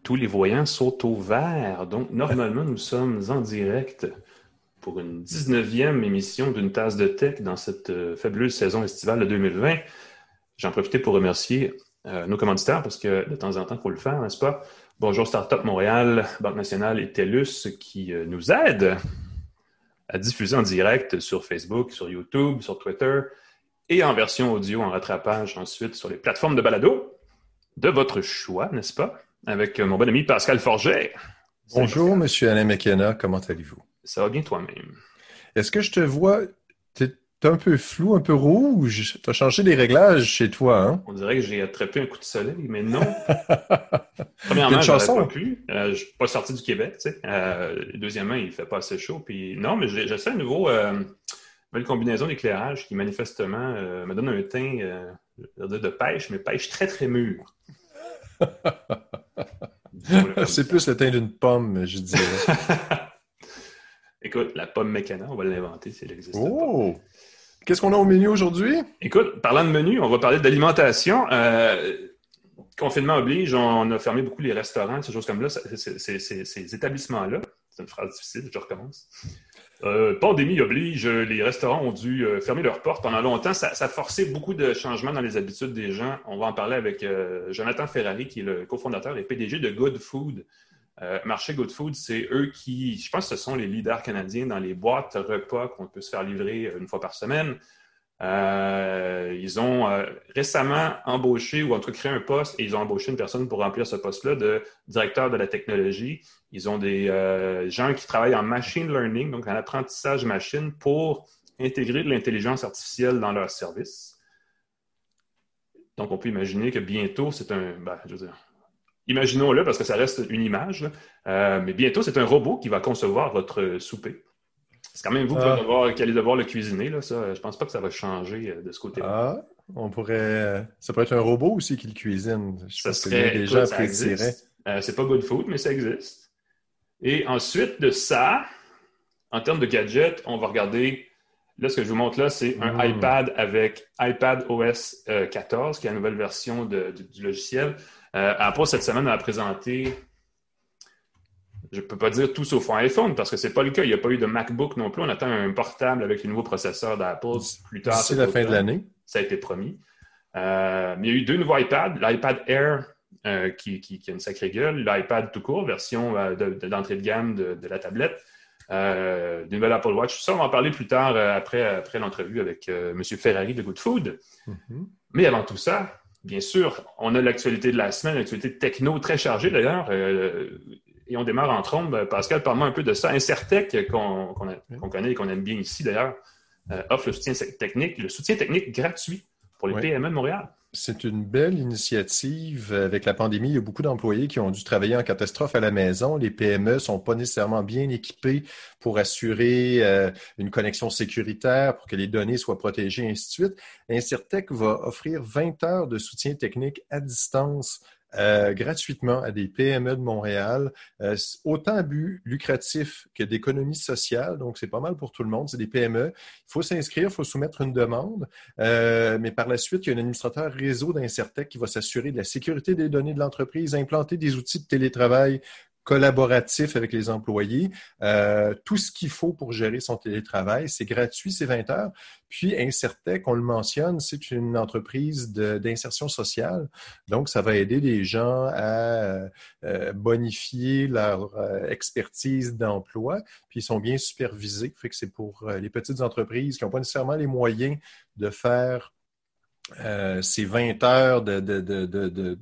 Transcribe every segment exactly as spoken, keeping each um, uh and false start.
Tous les voyants sont au vert. Donc, normalement, nous sommes en direct pour une dix-neuvième émission d'une tasse de tech dans cette euh, fabuleuse saison estivale de deux mille vingt. J'en profite pour remercier euh, nos commanditaires parce que de temps en temps, il faut le faire, n'est-ce pas? Bonjour Startup Montréal, Banque Nationale et TELUS qui euh, nous aident à diffuser en direct sur Facebook, sur YouTube, sur Twitter et en version audio en rattrapage ensuite sur les plateformes de balado de votre choix, n'est-ce pas? Avec mon bon ami Pascal Forget. Salut, Bonjour, Pascal. Monsieur Alain McKenna, comment allez-vous? Ça va bien toi-même? Est-ce que je te vois, t'es un peu flou, un peu rouge? T'as changé les réglages chez toi, hein? On dirait que j'ai attrapé un coup de soleil, mais non. Premièrement, une j'aurais chanson? pas pu. Euh, je suis pas sorti du Québec, tu sais. Euh, deuxièmement, il fait pas assez chaud. Puis non, mais j'essaie un nouveau, euh, nouvelle combinaison d'éclairage qui manifestement euh, me donne un teint euh, de pêche, mais pêche très très mûr. C'est plus le teint d'une pomme, je dirais. Écoute, la pomme mécana, on va l'inventer si elle existe oh! pas. Qu'est-ce qu'on a au menu aujourd'hui? Écoute, parlant de menu, on va parler d'alimentation. Euh, confinement oblige, on a fermé beaucoup les restaurants, ces choses comme là, ces, ces, ces, ces établissements-là. C'est une phrase difficile, je recommence. Euh, pandémie oblige, les restaurants ont dû euh, fermer leurs portes pendant longtemps. Ça, ça a forcé beaucoup de changements dans les habitudes des gens. On va en parler avec euh, Jonathan Ferrari, qui est le cofondateur et P D G de Good Food. Euh, Marché Good Food, c'est eux qui, je pense que ce sont les leaders canadiens dans les boîtes repas qu'on peut se faire livrer une fois par semaine. Euh, ils ont euh, récemment embauché ou en tout cas créé un poste et ils ont embauché une personne pour remplir ce poste-là de directeur de la technologie. Ils ont des euh, gens qui travaillent en machine learning, donc en apprentissage machine, pour intégrer de l'intelligence artificielle dans leurs services. Donc, on peut imaginer que bientôt, c'est un... Ben, je veux dire, imaginons-le parce que ça reste une image, euh, mais bientôt, c'est un robot qui va concevoir votre souper. C'est quand même vous qui, ah. devoir, qui allez devoir le cuisiner. Là, ça. Je pense pas que ça va changer de ce côté-là. Ah, on pourrait... Ça pourrait être un robot aussi qui le cuisine. Je ça pense serait, que des écoute, gens ça apprécieraient. existe. Euh, c'est pas Good Food, mais ça existe. Et ensuite de ça, en termes de gadgets, on va regarder... Là, ce que je vous montre là, c'est un mmh. iPad avec iPadOS euh, quatorze, qui est la nouvelle version de, de, du logiciel. Euh, Apple, cette semaine, a présenté... Je ne peux pas dire tout sauf un iPhone parce que ce n'est pas le cas. Il n'y a pas eu de MacBook non plus. On attend un portable avec les nouveaux processeurs d'Apple plus tard. D'ici la fin de l'année. Ça a été promis. Euh, mais il y a eu deux nouveaux iPads. L'iPad Air euh, qui, qui, qui a une sacrée gueule. L'iPad tout court, version euh, de, de, d'entrée de gamme de, de la tablette. Euh, des nouvelles Apple Watch. Ça, on va en parler plus tard euh, après, après l'entrevue avec euh, M. Ferrari de Good Food. Mm-hmm. Mais avant tout ça, bien sûr, on a l'actualité de la semaine, l'actualité techno très chargée d'ailleurs. Euh, Et on démarre en trombe. Pascal, parle-moi un peu de ça. Incertec, qu'on, qu'on, a, qu'on connaît et qu'on aime bien ici d'ailleurs, euh, offre le soutien technique, le soutien technique gratuit pour les oui. P M E de Montréal. C'est une belle initiative. Avec la pandémie, il y a beaucoup d'employés qui ont dû travailler en catastrophe à la maison. Les P M E ne sont pas nécessairement bien équipés pour assurer euh, une connexion sécuritaire, pour que les données soient protégées, et ainsi de suite. Incertec va offrir vingt heures de soutien technique à distance Euh, gratuitement à des P M E de Montréal, euh, autant à but lucratif que d'économie sociale, donc c'est pas mal pour tout le monde, c'est des P M E. Il faut s'inscrire, il faut soumettre une demande, euh, mais par la suite, il y a un administrateur réseau d'Incertec qui va s'assurer de la sécurité des données de l'entreprise, implanter des outils de télétravail collaboratif avec les employés, euh, tout ce qu'il faut pour gérer son télétravail. C'est gratuit, c'est vingt heures. Puis Incertec, on le mentionne, c'est une entreprise de, d'insertion sociale. Donc, ça va aider les gens à euh, bonifier leur euh, expertise d'emploi. Puis, ils sont bien supervisés. Fait que c'est pour euh, les petites entreprises qui n'ont pas nécessairement les moyens de faire euh, ces vingt heures de, de, de, de, de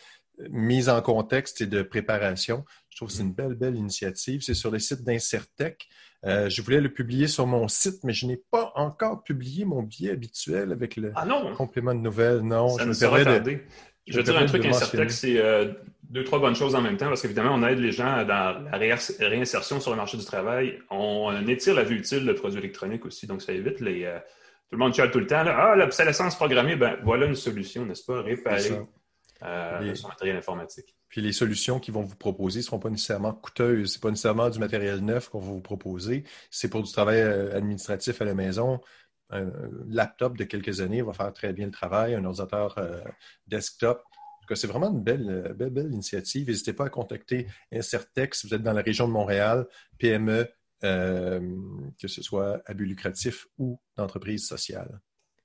mise en contexte et de préparation. Je trouve que c'est une belle, belle initiative. C'est sur le site d'Incertec. Euh, je voulais le publier sur mon site, mais je n'ai pas encore publié mon billet habituel avec le ah non. complément de nouvelles. Non, ça je me me permets de... de... Je, je veux dire un truc Incertec, c'est euh, deux, trois bonnes choses en même temps, parce qu'évidemment, on aide les gens dans la réinsertion sur le marché du travail. On étire la vie utile de produits électroniques aussi, donc ça évite les... Euh, tout le monde chiale tout le temps. Là, ah, l'obsolescence programmée, ben voilà une solution, n'est-ce pas? Réparer euh, les... son matériel informatique. Puis les solutions qu'ils vont vous proposer ne seront pas nécessairement coûteuses. Ce n'est pas nécessairement du matériel neuf qu'on va vous proposer. C'est pour du travail administratif à la maison. Un laptop de quelques années va faire très bien le travail. Un ordinateur euh, desktop, tout cas, c'est vraiment une belle, belle, belle initiative. N'hésitez pas à contacter Incertec si vous êtes dans la région de Montréal, P M E, euh, que ce soit à but lucratif ou d'entreprise sociale.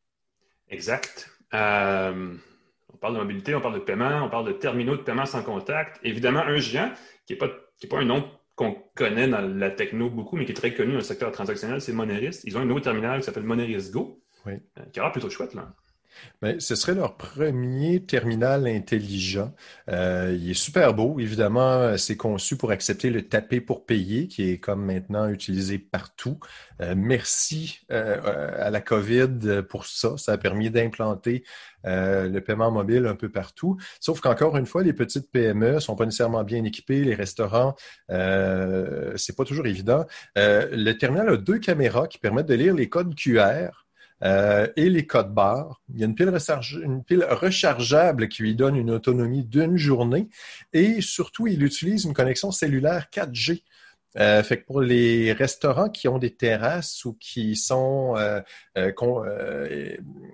Exact. Euh, on parle de mobilité, on parle de paiement, on parle de terminaux de paiement sans contact. Évidemment, un géant qui n'est pas, qui est pas un nom qu'on connaît dans la techno beaucoup, mais qui est très connu dans le secteur transactionnel, c'est Moneris. Ils ont un nouveau terminal qui s'appelle Moneris Go, oui. euh, qui a l'air plutôt chouette, là. Mais ce serait leur premier terminal intelligent. Euh, il est super beau. Évidemment, c'est conçu pour accepter le taper pour payer, qui est comme maintenant utilisé partout. Euh, merci euh, à la COVID pour ça. Ça a permis d'implanter euh, le paiement mobile un peu partout. Sauf qu'encore une fois, les petites P M E sont pas nécessairement bien équipées. Les restaurants, euh, c'est pas toujours évident. Euh, le terminal a deux caméras qui permettent de lire les codes Q R. Euh, et les codes barres. Il y a une pile, recharge, une pile rechargeable qui lui donne une autonomie d'une journée et surtout, il utilise une connexion cellulaire quatre G. Euh, fait que pour les restaurants qui ont des terrasses ou qui sont euh, euh, con, euh,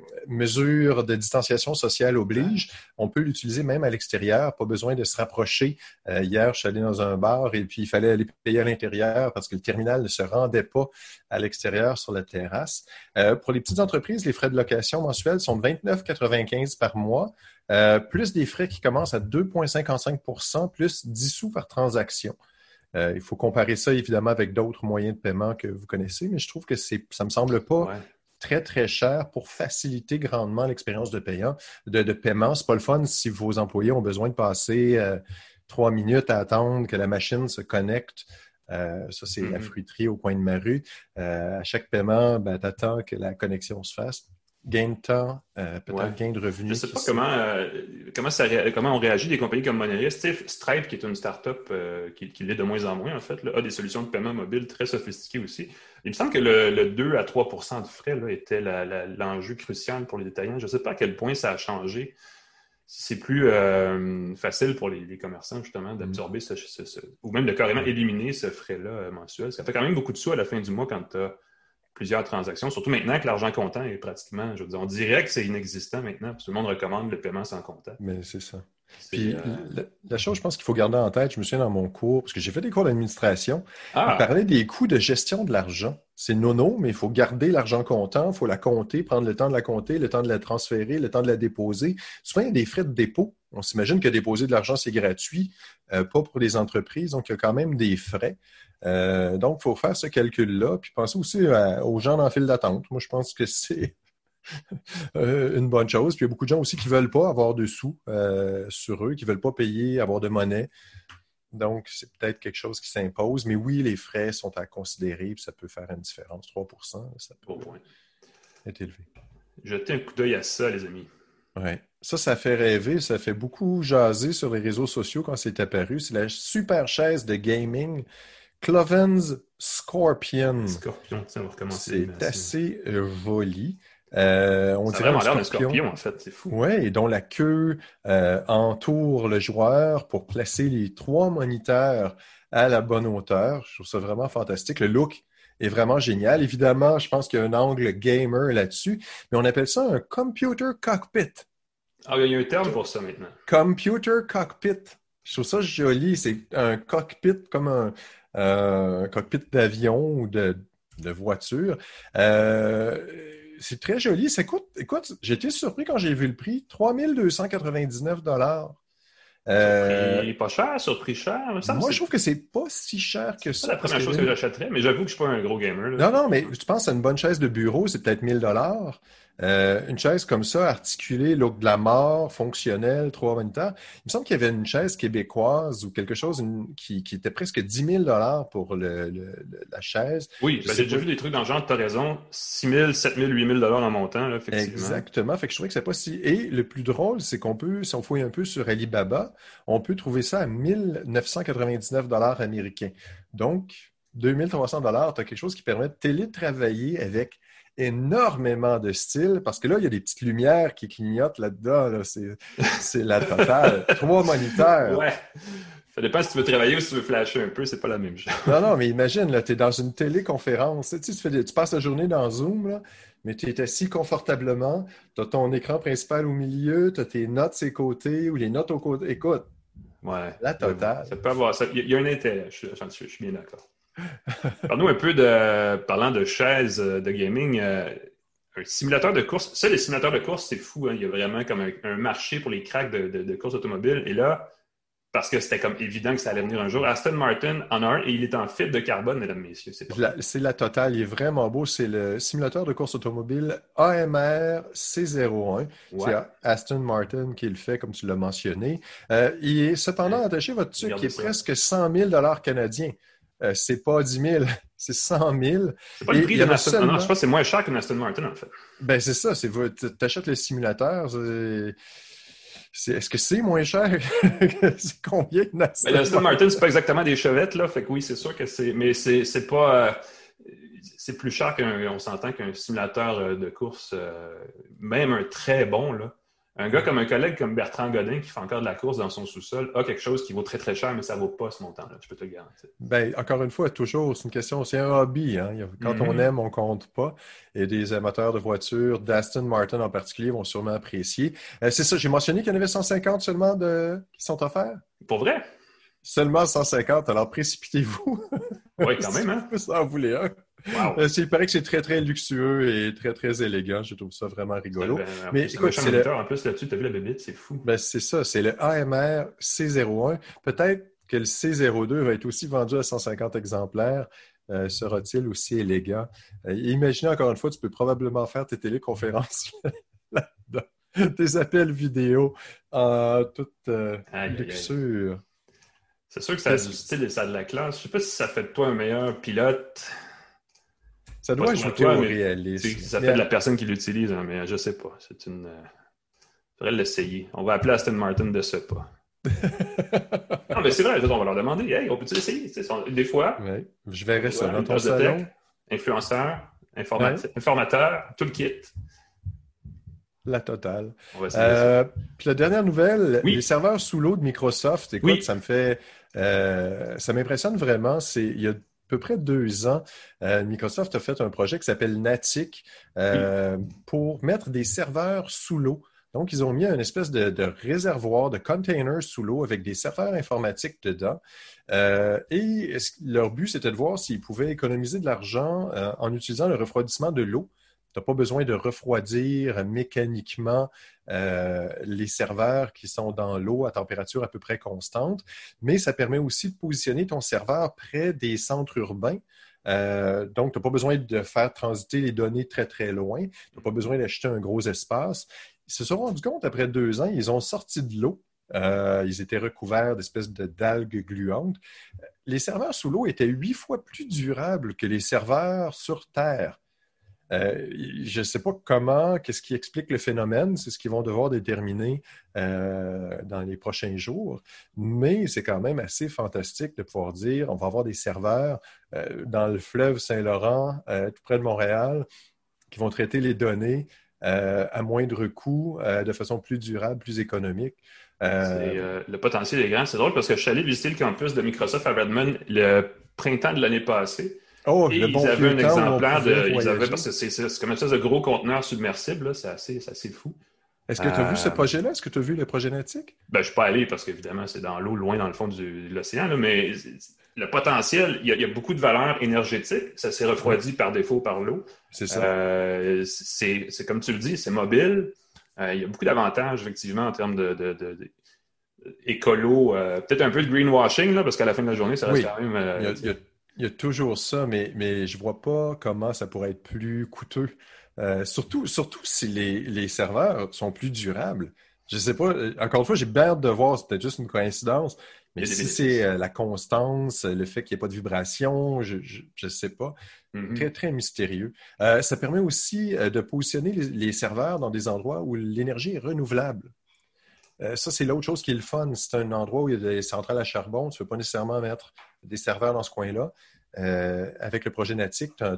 mesures de distanciation sociale oblige, on peut l'utiliser même à l'extérieur, pas besoin de se rapprocher. Euh, hier, je suis allé dans un bar et puis il fallait aller payer à l'intérieur parce que le terminal ne se rendait pas à l'extérieur sur la terrasse. Euh, pour les petites entreprises, les frais de location mensuels sont de vingt-neuf virgule quatre-vingt-quinze par mois, euh, plus des frais qui commencent à deux virgule cinquante-cinq pour cent, plus dix sous par transaction. Euh, il faut comparer ça, évidemment, avec d'autres moyens de paiement que vous connaissez, mais je trouve que c'est, ça me semble pas ouais. très, très cher pour faciliter grandement l'expérience de payant, de, de paiement. C'est pas le fun si vos employés ont besoin de passer euh, trois minutes à attendre que la machine se connecte. Euh, ça, c'est mm-hmm. la fruiterie au coin de ma rue. Euh, à chaque paiement, ben, tu attends que la connexion se fasse. Gain de temps, euh, peut-être ouais. gain de revenus. Je ne sais pas comment, euh, comment, ça ré... comment on réagit des compagnies comme Moneris. Stripe, qui est une start-up euh, qui, qui l'est de moins en moins, en fait, là, a des solutions de paiement mobile très sophistiquées aussi. Il me semble que le, le deux à trois pour cent de frais là, était la, la, l'enjeu crucial pour les détaillants. Je ne sais pas à quel point ça a changé. C'est plus euh, facile pour les, les commerçants, justement, d'absorber ce, ce, ce... ou même de carrément éliminer ce frais-là euh, mensuel. Ça fait quand même beaucoup de sous à la fin du mois quand tu as plusieurs transactions, surtout maintenant que l'argent comptant est pratiquement, je veux dire, on dirait que c'est inexistant maintenant, parce que tout le monde recommande le paiement sans comptant. Mais c'est ça. C'est, Puis euh... la, la chose, je pense qu'il faut garder en tête, je me souviens dans mon cours, parce que j'ai fait des cours d'administration, ah. on parlait des coûts de gestion de l'argent. C'est nono, mais il faut garder l'argent comptant, il faut la compter, prendre le temps de la compter, le temps de la transférer, le temps de la déposer. Souvent, il y a des frais de dépôt. On s'imagine que déposer de l'argent, c'est gratuit, euh, pas pour les entreprises, donc il y a quand même des frais. Euh, donc, il faut faire ce calcul-là, puis penser aussi à, aux gens dans la file d'attente. Moi, je pense que c'est euh, une bonne chose. Puis, il y a beaucoup de gens aussi qui ne veulent pas avoir de sous euh, sur eux, qui ne veulent pas payer, avoir de monnaie. Donc, c'est peut-être quelque chose qui s'impose. Mais oui, les frais sont à considérer, puis ça peut faire une différence. trois pour cent, ça peut Au point. être élevé. Jetez un coup d'œil à ça, les amis. Oui. Ça, ça fait rêver. Ça fait beaucoup jaser sur les réseaux sociaux quand c'est apparu. C'est la super chaise de gaming Cloven's Scorpion. Scorpion, ça va recommencer. C'est assez euh, joli. Euh, on ça a dirait vraiment un l'air d'un scorpion, scorpion, en fait. C'est fou. Oui, et dont la queue euh, entoure le joueur pour placer les trois moniteurs à la bonne hauteur. Je trouve ça vraiment fantastique. Le look est vraiment génial. Évidemment, je pense qu'il y a un angle gamer là-dessus, mais on appelle ça un computer cockpit. Ah, il y a un terme pour ça maintenant. Computer cockpit. Je trouve ça joli. C'est un cockpit comme un, euh, un cockpit d'avion ou de, de voiture. Euh, c'est très joli. Ça coûte, écoute, j'ai été surpris quand j'ai vu le prix. trois mille deux cent quatre-vingt-dix-neuf dollars. Euh, surpris pas cher, surpris cher. Ça, moi, je trouve que c'est pas si cher que c'est ça. C'est la première chose que, que j'achèterais, mais j'avoue que je suis pas un gros gamer. Là. Non, non, mais tu penses à une bonne chaise de bureau, c'est peut-être mille dollars. Euh, une chaise comme ça, articulée, look de la mort, fonctionnelle, trois moniteurs. Il me semble qu'il y avait une chaise québécoise ou quelque chose une, qui, qui était presque dix mille dollars pour le, le, le, la chaise. Oui, ben, j'ai déjà vu des trucs dans le genre, tu as raison, six mille, sept mille, huit mille dollars en montant, là, effectivement. Exactement. Fait que je trouvais que c'est pas si... Et le plus drôle, c'est qu'on peut, si on fouille un peu sur Alibaba, on peut trouver ça à mille neuf cent quatre-vingt-dix-neuf dollars américains. Donc, deux mille trois cents dollars, tu as quelque chose qui permet de télétravailler avec énormément de style, parce que là, il y a des petites lumières qui clignotent là-dedans. Là. C'est, c'est la totale. Trois moniteurs. Ouais. Ça dépend si tu veux travailler ou si tu veux flasher un peu, c'est pas la même chose. Non, non, mais imagine, là, tu es dans une téléconférence. Tu sais, tu, fais des- tu passes la journée dans Zoom, là, mais tu es assis confortablement. Tu as ton écran principal au milieu, tu as tes notes sur les côtés ou les notes au côté. Écoute, Ouais, la j'avoue. totale. Ça peut avoir ça. Il y, a il y a un intérêt, je, suis- j'en suis- je suis bien d'accord. Parle-nous un peu de, parlant de chaises euh, de gaming, euh, un simulateur de course. Ça, les simulateurs de course, c'est fou, hein. Il y a vraiment comme un, un marché pour les cracks de, de, de course automobile. Et là, parce que c'était comme évident que ça allait venir un jour, Aston Martin en a un et il est en fibre de carbone, mesdames, messieurs. C'est pas La- C'est la totale, il est vraiment beau. C'est le simulateur de course automobile A M R C zéro un. C'est Ouais, Aston Martin qui le fait, comme tu l'as mentionné. Euh, il est cependant attaché votre truc qui regardez est ça. presque cent mille dollars canadiens. Euh, c'est pas dix mille, c'est cent mille. C'est pas le Et prix il y en d'une a Aston... Ah non, je seulement. pense que c'est moins cher qu'une Aston Martin, en fait. Ben, c'est ça, c'est tu achètes le simulateur. c'est- c'est- Est-ce que c'est moins cher? C'est combien une Ben, Aston l'Aston Martin? Martin, c'est pas exactement des chevettes, là. Fait que oui, c'est sûr que c'est. Mais c'est c'est pas. euh, C'est plus cher qu'un. On s'entend qu'un simulateur euh, de course, euh, même un très bon, là. Un gars comme un collègue comme Bertrand Godin qui fait encore de la course dans son sous-sol a quelque chose qui vaut très très cher, mais ça vaut pas ce montant-là, je peux te le garantir. Ben, encore une fois, toujours, c'est une question, c'est un hobby, hein. Il y a- Quand on Mhm. aime, on compte pas. Et des amateurs de voitures, d'Aston Martin en particulier, vont sûrement apprécier. Euh, c'est ça, j'ai mentionné qu'il y en avait cent cinquante seulement de... qui sont offerts. Pour vrai? Seulement cent cinquante, alors précipitez-vous Oui, quand si même, hein? vous en voulez un. Wow. Euh, c'est- il paraît que c'est très, très luxueux et très, très élégant. Je trouve ça vraiment Ça, rigolo. ben, en Mais plus, c'est un écoute, méchant c'est le, moniteur. En plus, là-dessus, t'as vu la bébite, c'est fou. ben, c'est ça, c'est le A M R C zéro un. Peut-être que le C zéro deux va être aussi vendu à cent cinquante exemplaires. Euh, sera-t-il aussi élégant? Euh, imaginez encore une fois, tu peux probablement faire tes téléconférences là-dedans, tes appels vidéo en toute euh, Aïe, aïe, aïe. luxure. C'est sûr que ça a Qu'est-ce- du style et ça a de la classe. Je sais pas si ça fait de toi un meilleur pilote. Ça Pas doit selon ajouter toi, au mais tu sais, réalisme. ça Mais fait de à- la personne qui l'utilise, hein, mais je sais pas. C'est une. euh, faudrait l'essayer. On va appeler Aston Martin de ce pas. Non, mais c'est vrai, on va leur demander, hey, on peut-tu essayer? Tu sais, son- des fois, Ouais, je verrai ça voilà, dans une ton tasse de tech, salon. influenceur, Ouais, informati- informateur, tout le kit. la totale. On va essayer ça. Euh, puis la dernière nouvelle, les Oui, serveurs sous l'eau de Microsoft, écoute, oui, ça me fait, euh, ça m'impressionne vraiment. C'est il y a à peu près deux ans, euh, Microsoft a fait un projet qui s'appelle Natic oui. euh, pour mettre des serveurs sous l'eau. Donc, ils ont mis un espèce de, de réservoir, de container sous l'eau avec des serveurs informatiques dedans. Euh, et est-ce- leur but, c'était de voir s'ils pouvaient économiser de l'argent euh, en utilisant le refroidissement de l'eau. Tu n'as pas besoin de refroidir mécaniquement euh, les serveurs qui sont dans l'eau à température à peu près constante, mais ça permet aussi de positionner ton serveur près des centres urbains. Euh, donc, tu n'as pas besoin de faire transiter les données très, très loin. Tu n'as pas besoin d'acheter un gros espace. Ils se sont rendus compte, après deux ans, ils ont sorti de l'eau. Euh, ils étaient recouverts d'espèces de d'algues gluantes. Les serveurs sous l'eau étaient huit fois plus durables que les serveurs sur Terre. Euh, je ne sais pas comment, qu'est-ce qui explique le phénomène, c'est ce qu'ils vont devoir déterminer euh, dans les prochains jours, mais c'est quand même assez fantastique de pouvoir dire on va avoir des serveurs euh, dans le fleuve Saint-Laurent, euh, tout près de Montréal, qui vont traiter les données euh, à moindre coût, euh, de façon plus durable, plus économique. Euh, C'est, euh, le potentiel est grand. C'est drôle parce que je suis allé visiter le campus de Microsoft à Redmond le printemps de l'année passée. oh, Et le ils bon avaient vieux un temps où on exemplaire pouvait de. Ils avaient, parce voyager. que c'est c'est- c'est comme une espèce de gros conteneur submersible, là. C'est assez, c'est assez fou. Est-ce que tu as vu ce Euh, projet-là? Est-ce que tu as vu le projet Natic? ben, je suis pas allé parce qu'évidemment, c'est dans l'eau, loin dans le fond du- de l'océan, là, mais le potentiel, il y, a, il y a beaucoup de valeurs énergétiques. Ça s'est Oui, refroidi par défaut par l'eau. c'est ça. Euh, c'est c'est comme tu le dis, c'est mobile. Euh, il y a beaucoup d'avantages, effectivement, en termes de, de, de- de- écolo. Euh, peut-être un peu de greenwashing, là, parce qu'à la fin de la journée, ça reste Oui, quand même. il y euh, a, il y a- il y a toujours ça, mais, mais je vois pas comment ça pourrait être plus coûteux. Euh, surtout, surtout si les, les serveurs sont plus durables. Je sais pas, euh, encore une fois, j'ai bien hâte de voir, c'est peut-être juste une coïncidence, mais il y a des si c'est bénéfices. euh, la constance, le fait qu'il n'y ait pas de vibration, je, je, je sais pas. Très, Mhm. très mystérieux. Euh, ça permet aussi euh, de positionner les, les serveurs dans des endroits où l'énergie est renouvelable. Euh, ça, c'est l'autre chose qui est le fun. C'est un endroit où il y a des centrales à charbon. Tu ne veux pas nécessairement mettre des serveurs dans ce coin-là. Euh, avec le projet Natic, tu as,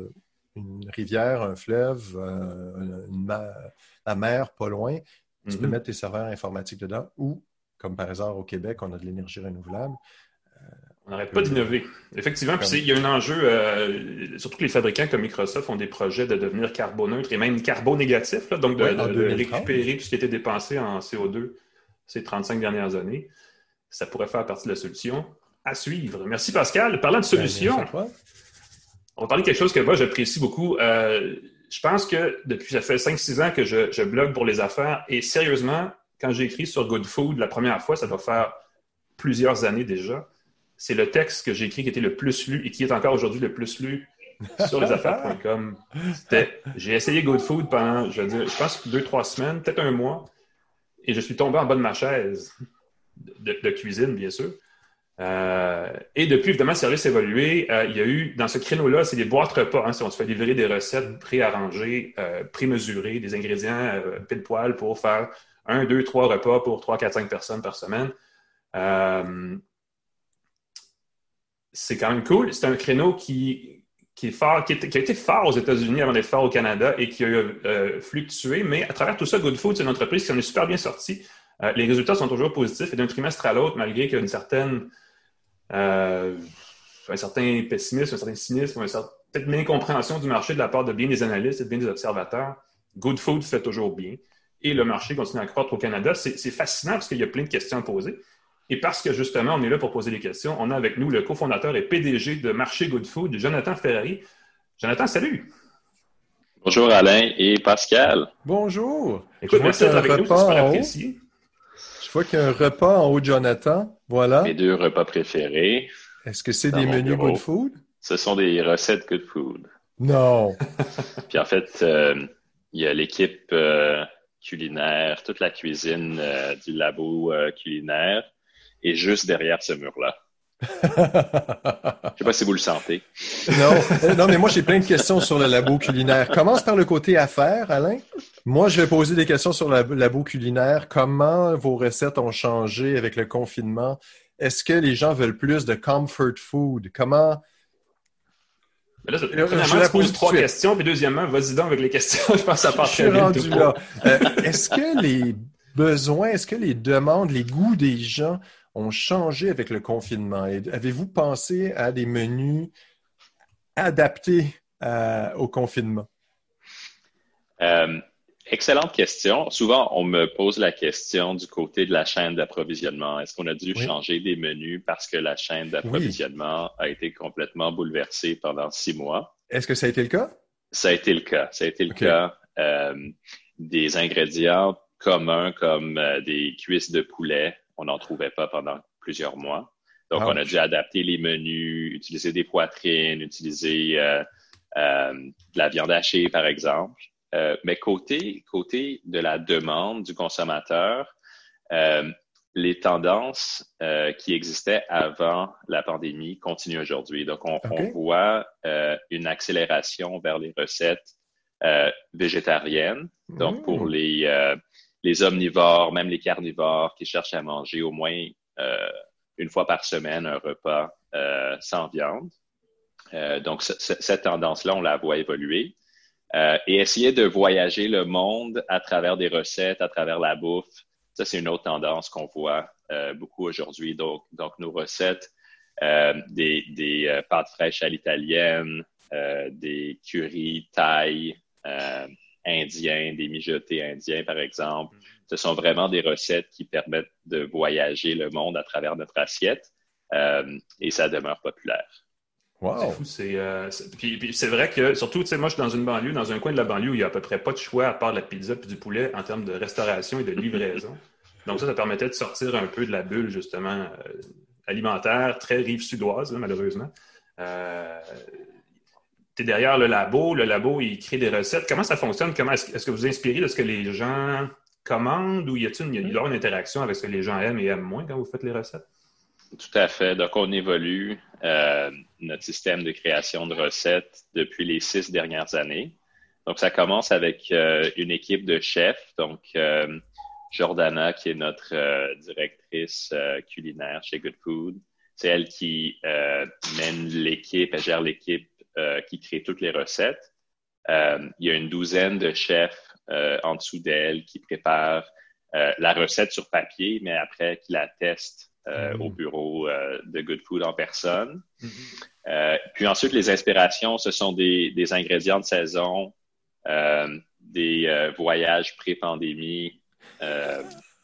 une rivière, un fleuve, euh, une ma- la mer pas loin. Tu peux Mhm. mettre tes serveurs informatiques dedans ou comme par hasard au Québec, on a de l'énergie renouvelable. On n'arrête pas d'innover. Effectivement, puis il y a un enjeu, euh, surtout que les fabricants comme Microsoft ont des projets de devenir carboneutre et même carbonégatif, là, donc de, Oui, de, en de deux mille trente. récupérer tout ce qui a été dépensé en C O deux ces trente-cinq dernières années. Ça pourrait faire partie de la solution. À suivre. Merci Pascal. Parlant de solutions, Ben, on va parler de quelque chose que moi j'apprécie beaucoup. Euh, je pense que depuis, ça fait cinq six ans que je, je blogue pour les affaires et sérieusement, quand j'ai écrit sur Good Food la première fois, ça doit faire plusieurs années déjà. C'est le texte que j'ai écrit qui était le plus lu et qui est encore aujourd'hui le plus lu sur lesaffaires point com. C'était, j'ai essayé Good Food pendant, je veux dire, je pense deux, trois semaines, peut-être un mois, et je suis tombé en bas de ma chaise de, de cuisine, bien sûr. Euh, et depuis, évidemment, le service a évolué. Euh, il y a eu, dans ce créneau-là, c'est des boîtes repas. Hein, si on se fait livrer des recettes préarrangées, euh, prémesurées, des ingrédients euh, pile-poil pour faire un, deux, trois repas pour trois, quatre, cinq personnes par semaine. Euh, c'est quand même cool. C'est un créneau qui, qui est fort, qui, est, qui a été fort aux États-Unis avant d'être fort au Canada et qui a euh, fluctué. Mais à travers tout ça, Good Food, c'est une entreprise qui en est super bien sortie. Euh, les résultats sont toujours positifs et d'un trimestre à l'autre, malgré qu'il y a une certaine, euh, un certain pessimisme, un certain cynisme, un certain, peut-être une incompréhension du marché de la part de bien des analystes et de bien des observateurs, Good Food fait toujours bien. Et le marché continue à croître au Canada. C'est, c'est fascinant parce qu'il y a plein de questions à poser. Et parce que, justement, on est là pour poser des questions, on a avec nous le cofondateur et P D G de Marché Good Food, Jonathan Ferrari. Jonathan, salut! Bonjour Alain et Pascal. Bonjour! Écoute, merci d'être avec nous, c'est super apprécié. Je vois qu'il y a un repas en haut de Jonathan. Voilà. Mes deux repas préférés. Est-ce que c'est des menus bureau. Good Food? Ce sont des recettes Good Food. Non! Puis en fait, euh, il y a l'équipe euh, culinaire, toute la cuisine euh, du labo euh, culinaire est juste derrière ce mur-là. Je sais pas si vous le sentez. Non, non, mais moi j'ai plein de questions sur le labo culinaire. Commence par le côté affaires, Alain. Moi, je vais poser des questions sur le labo culinaire. Comment vos recettes ont changé avec le confinement? Est-ce que les gens veulent plus de comfort food? Comment... Mais là, premièrement, tu poses trois questions, puis deuxièmement, vas-y donc avec les questions. Je pense que ça part très bien. Je suis rendu là. Euh, est-ce que les besoins, est-ce que les demandes, les goûts des gens ont changé avec le confinement? Et avez-vous pensé à des menus adaptés à, au confinement? Euh, excellente question. Souvent, on me pose la question du côté de la chaîne d'approvisionnement. Est-ce qu'on a dû oui. changer des menus parce que la chaîne d'approvisionnement oui. a été complètement bouleversée pendant six mois? Est-ce que ça a été le cas? Ça a été le cas. Ça a été le okay. cas. Euh, des ingrédients communs comme euh, des cuisses de poulet, on n'en trouvait pas pendant plusieurs mois. Donc, Ouch. on a dû adapter les menus, utiliser des poitrines, utiliser euh, euh, de la viande hachée, par exemple. Euh, mais côté, côté de la demande du consommateur, euh, les tendances euh, qui existaient avant la pandémie continuent aujourd'hui. Donc, on, okay. on voit euh, une accélération vers les recettes euh, végétariennes. Donc, mmh. pour les, euh, les omnivores, même les carnivores qui cherchent à manger au moins euh, une fois par semaine un repas euh, sans viande. Euh, donc, c- c- cette tendance-là, on la voit évoluer. Euh, et essayer de voyager le monde à travers des recettes, à travers la bouffe, ça, c'est une autre tendance qu'on voit euh, beaucoup aujourd'hui. Donc, donc nos recettes, euh, des, des euh, pâtes fraîches à l'italienne, euh, des currys thaï, euh, indiens, des mijotés indiens, par exemple. Ce sont vraiment des recettes qui permettent de voyager le monde à travers notre assiette euh, et ça demeure populaire. Wow. C'est fou. C'est, euh, c'est... Puis, puis c'est vrai que, surtout, tu sais, moi, je suis dans une banlieue, dans un coin de la banlieue où il n'y a à peu près pas de choix à part de la pizza puis du poulet en termes de restauration et de livraison. Donc ça, ça permettait de sortir un peu de la bulle, justement, euh, alimentaire, très rive sudoise, là, malheureusement. Euh, tu es derrière le labo. Le labo, il crée des recettes. Comment ça fonctionne? Comment est-ce, est-ce que vous inspirez de ce que les gens commandent ou y a-t-il une, y a une interaction avec ce que les gens aiment et aiment moins quand vous faites les recettes? Tout à fait. Donc, on évolue euh, notre système de création de recettes depuis les six dernières années. Donc, ça commence avec euh, une équipe de chefs. Donc, euh, Jordana, qui est notre euh, directrice euh, culinaire chez Good Food, c'est elle qui euh, mène l'équipe, elle gère l'équipe euh, qui crée toutes les recettes. Euh, il y a une douzaine de chefs euh, en dessous d'elle qui préparent euh, la recette sur papier, mais après qu'ils la testent euh, Mm. au bureau euh, de Good Food en personne. Mm-hmm. Euh, puis ensuite, les inspirations, ce sont des, des ingrédients de saison, euh, des euh, voyages pré-pandémie, euh,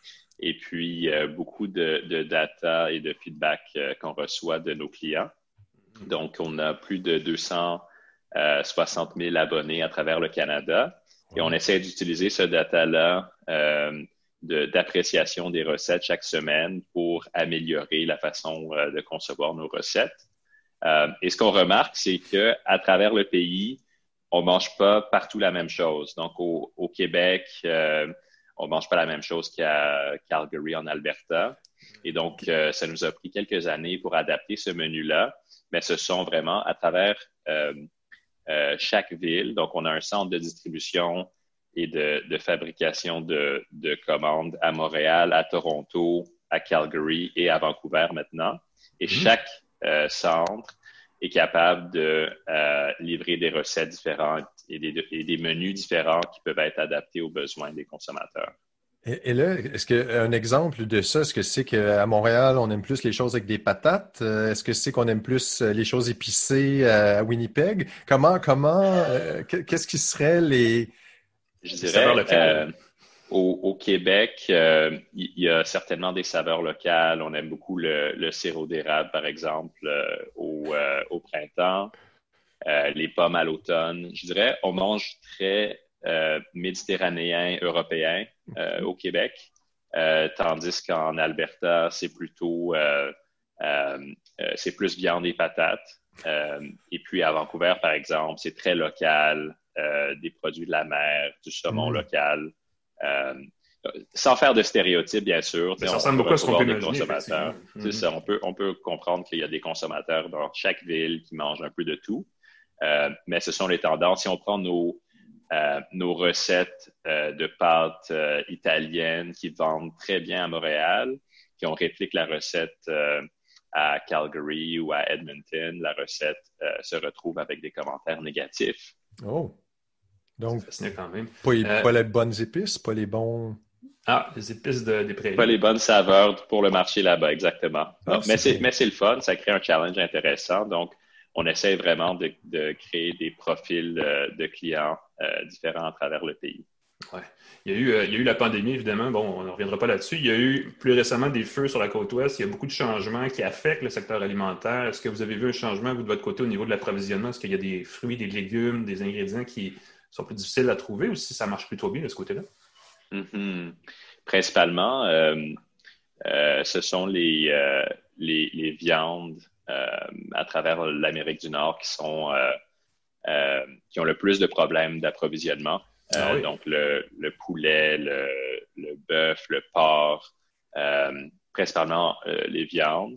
et puis euh, beaucoup de, de data et de feedback euh, qu'on reçoit de nos clients. Donc, on a plus de deux cent soixante mille abonnés à travers le Canada et on essaie d'utiliser ce data-là euh, de, d'appréciation des recettes chaque semaine pour améliorer la façon euh, de concevoir nos recettes. Euh, et ce qu'on remarque, c'est que à travers le pays, on mange pas partout la même chose. Donc, au, au Québec, euh, on mange pas la même chose qu'à Calgary, en Alberta. Et donc, euh, ça nous a pris quelques années pour adapter ce menu-là. Mais ce sont vraiment à travers euh, euh, chaque ville. Donc, on a un centre de distribution et de, de fabrication de, de commandes à Montréal, à Toronto, à Calgary et à Vancouver maintenant. Et mmh. chaque euh, centre est capable de euh, livrer des recettes différentes et des, et des menus différents qui peuvent être adaptés aux besoins des consommateurs. Et, et là, est-ce qu'un exemple de ça, est-ce que c'est qu'à Montréal, on aime plus les choses avec des patates? Est-ce que c'est qu'on aime plus les choses épicées à Winnipeg? Comment, comment, euh, qu'est-ce qui serait les... Je dirais, euh, au, au Québec, euh, il y a certainement des saveurs locales. On aime beaucoup le, le sirop d'érable, par exemple, euh, au, euh, au printemps, euh, les pommes à l'automne. Je dirais, on mange très euh, méditerranéen, européen euh, au Québec, euh, tandis qu'en Alberta, c'est plutôt, euh, euh, euh, c'est plus viande et patates. Euh, et puis à Vancouver, par exemple, c'est très local, euh, des produits de la mer, du saumon mmh. local. Euh, sans faire de stéréotypes, bien sûr. Ça ressemble beaucoup à ce qu'on peut imaginer. Consommateurs. C'est ça, on peut, on peut comprendre qu'il y a des consommateurs dans chaque ville qui mangent un peu de tout. Euh, mais ce sont les tendances. Si on prend nos, euh, nos recettes euh, de pâtes euh, italiennes qui vendent très bien à Montréal, puis on réplique la recette euh, à Calgary ou à Edmonton, la recette euh, se retrouve avec des commentaires négatifs. Oh! Donc, quand même. Pas, euh, pas les bonnes épices, pas les bons... Ah, les épices de, des prairies. Pas les bonnes saveurs pour le marché là-bas, exactement. Ah, non, mais, c'est c'est, mais c'est le fun, ça crée un challenge intéressant. Donc, on essaie vraiment de, de créer des profils euh, de clients euh, différents à travers le pays. Ouais. Il y a eu, euh, il y a eu la pandémie, évidemment. Bon, on ne reviendra pas là-dessus. Il y a eu plus récemment des feux sur la côte ouest. Il y a beaucoup de changements qui affectent le secteur alimentaire. Est-ce que vous avez vu un changement, vous, de votre côté, au niveau de l'approvisionnement? Est-ce qu'il y a des fruits, des légumes, des ingrédients qui sont plus difficiles à trouver ou si ça marche plutôt bien de ce côté-là? Mm-hmm. Principalement, euh, euh, ce sont les, euh, les, les viandes euh, à travers l'Amérique du Nord qui sont euh, euh, qui ont le plus de problèmes d'approvisionnement. Euh, ah oui. Donc, le, le poulet, le, le bœuf, le porc, euh, principalement euh, les viandes.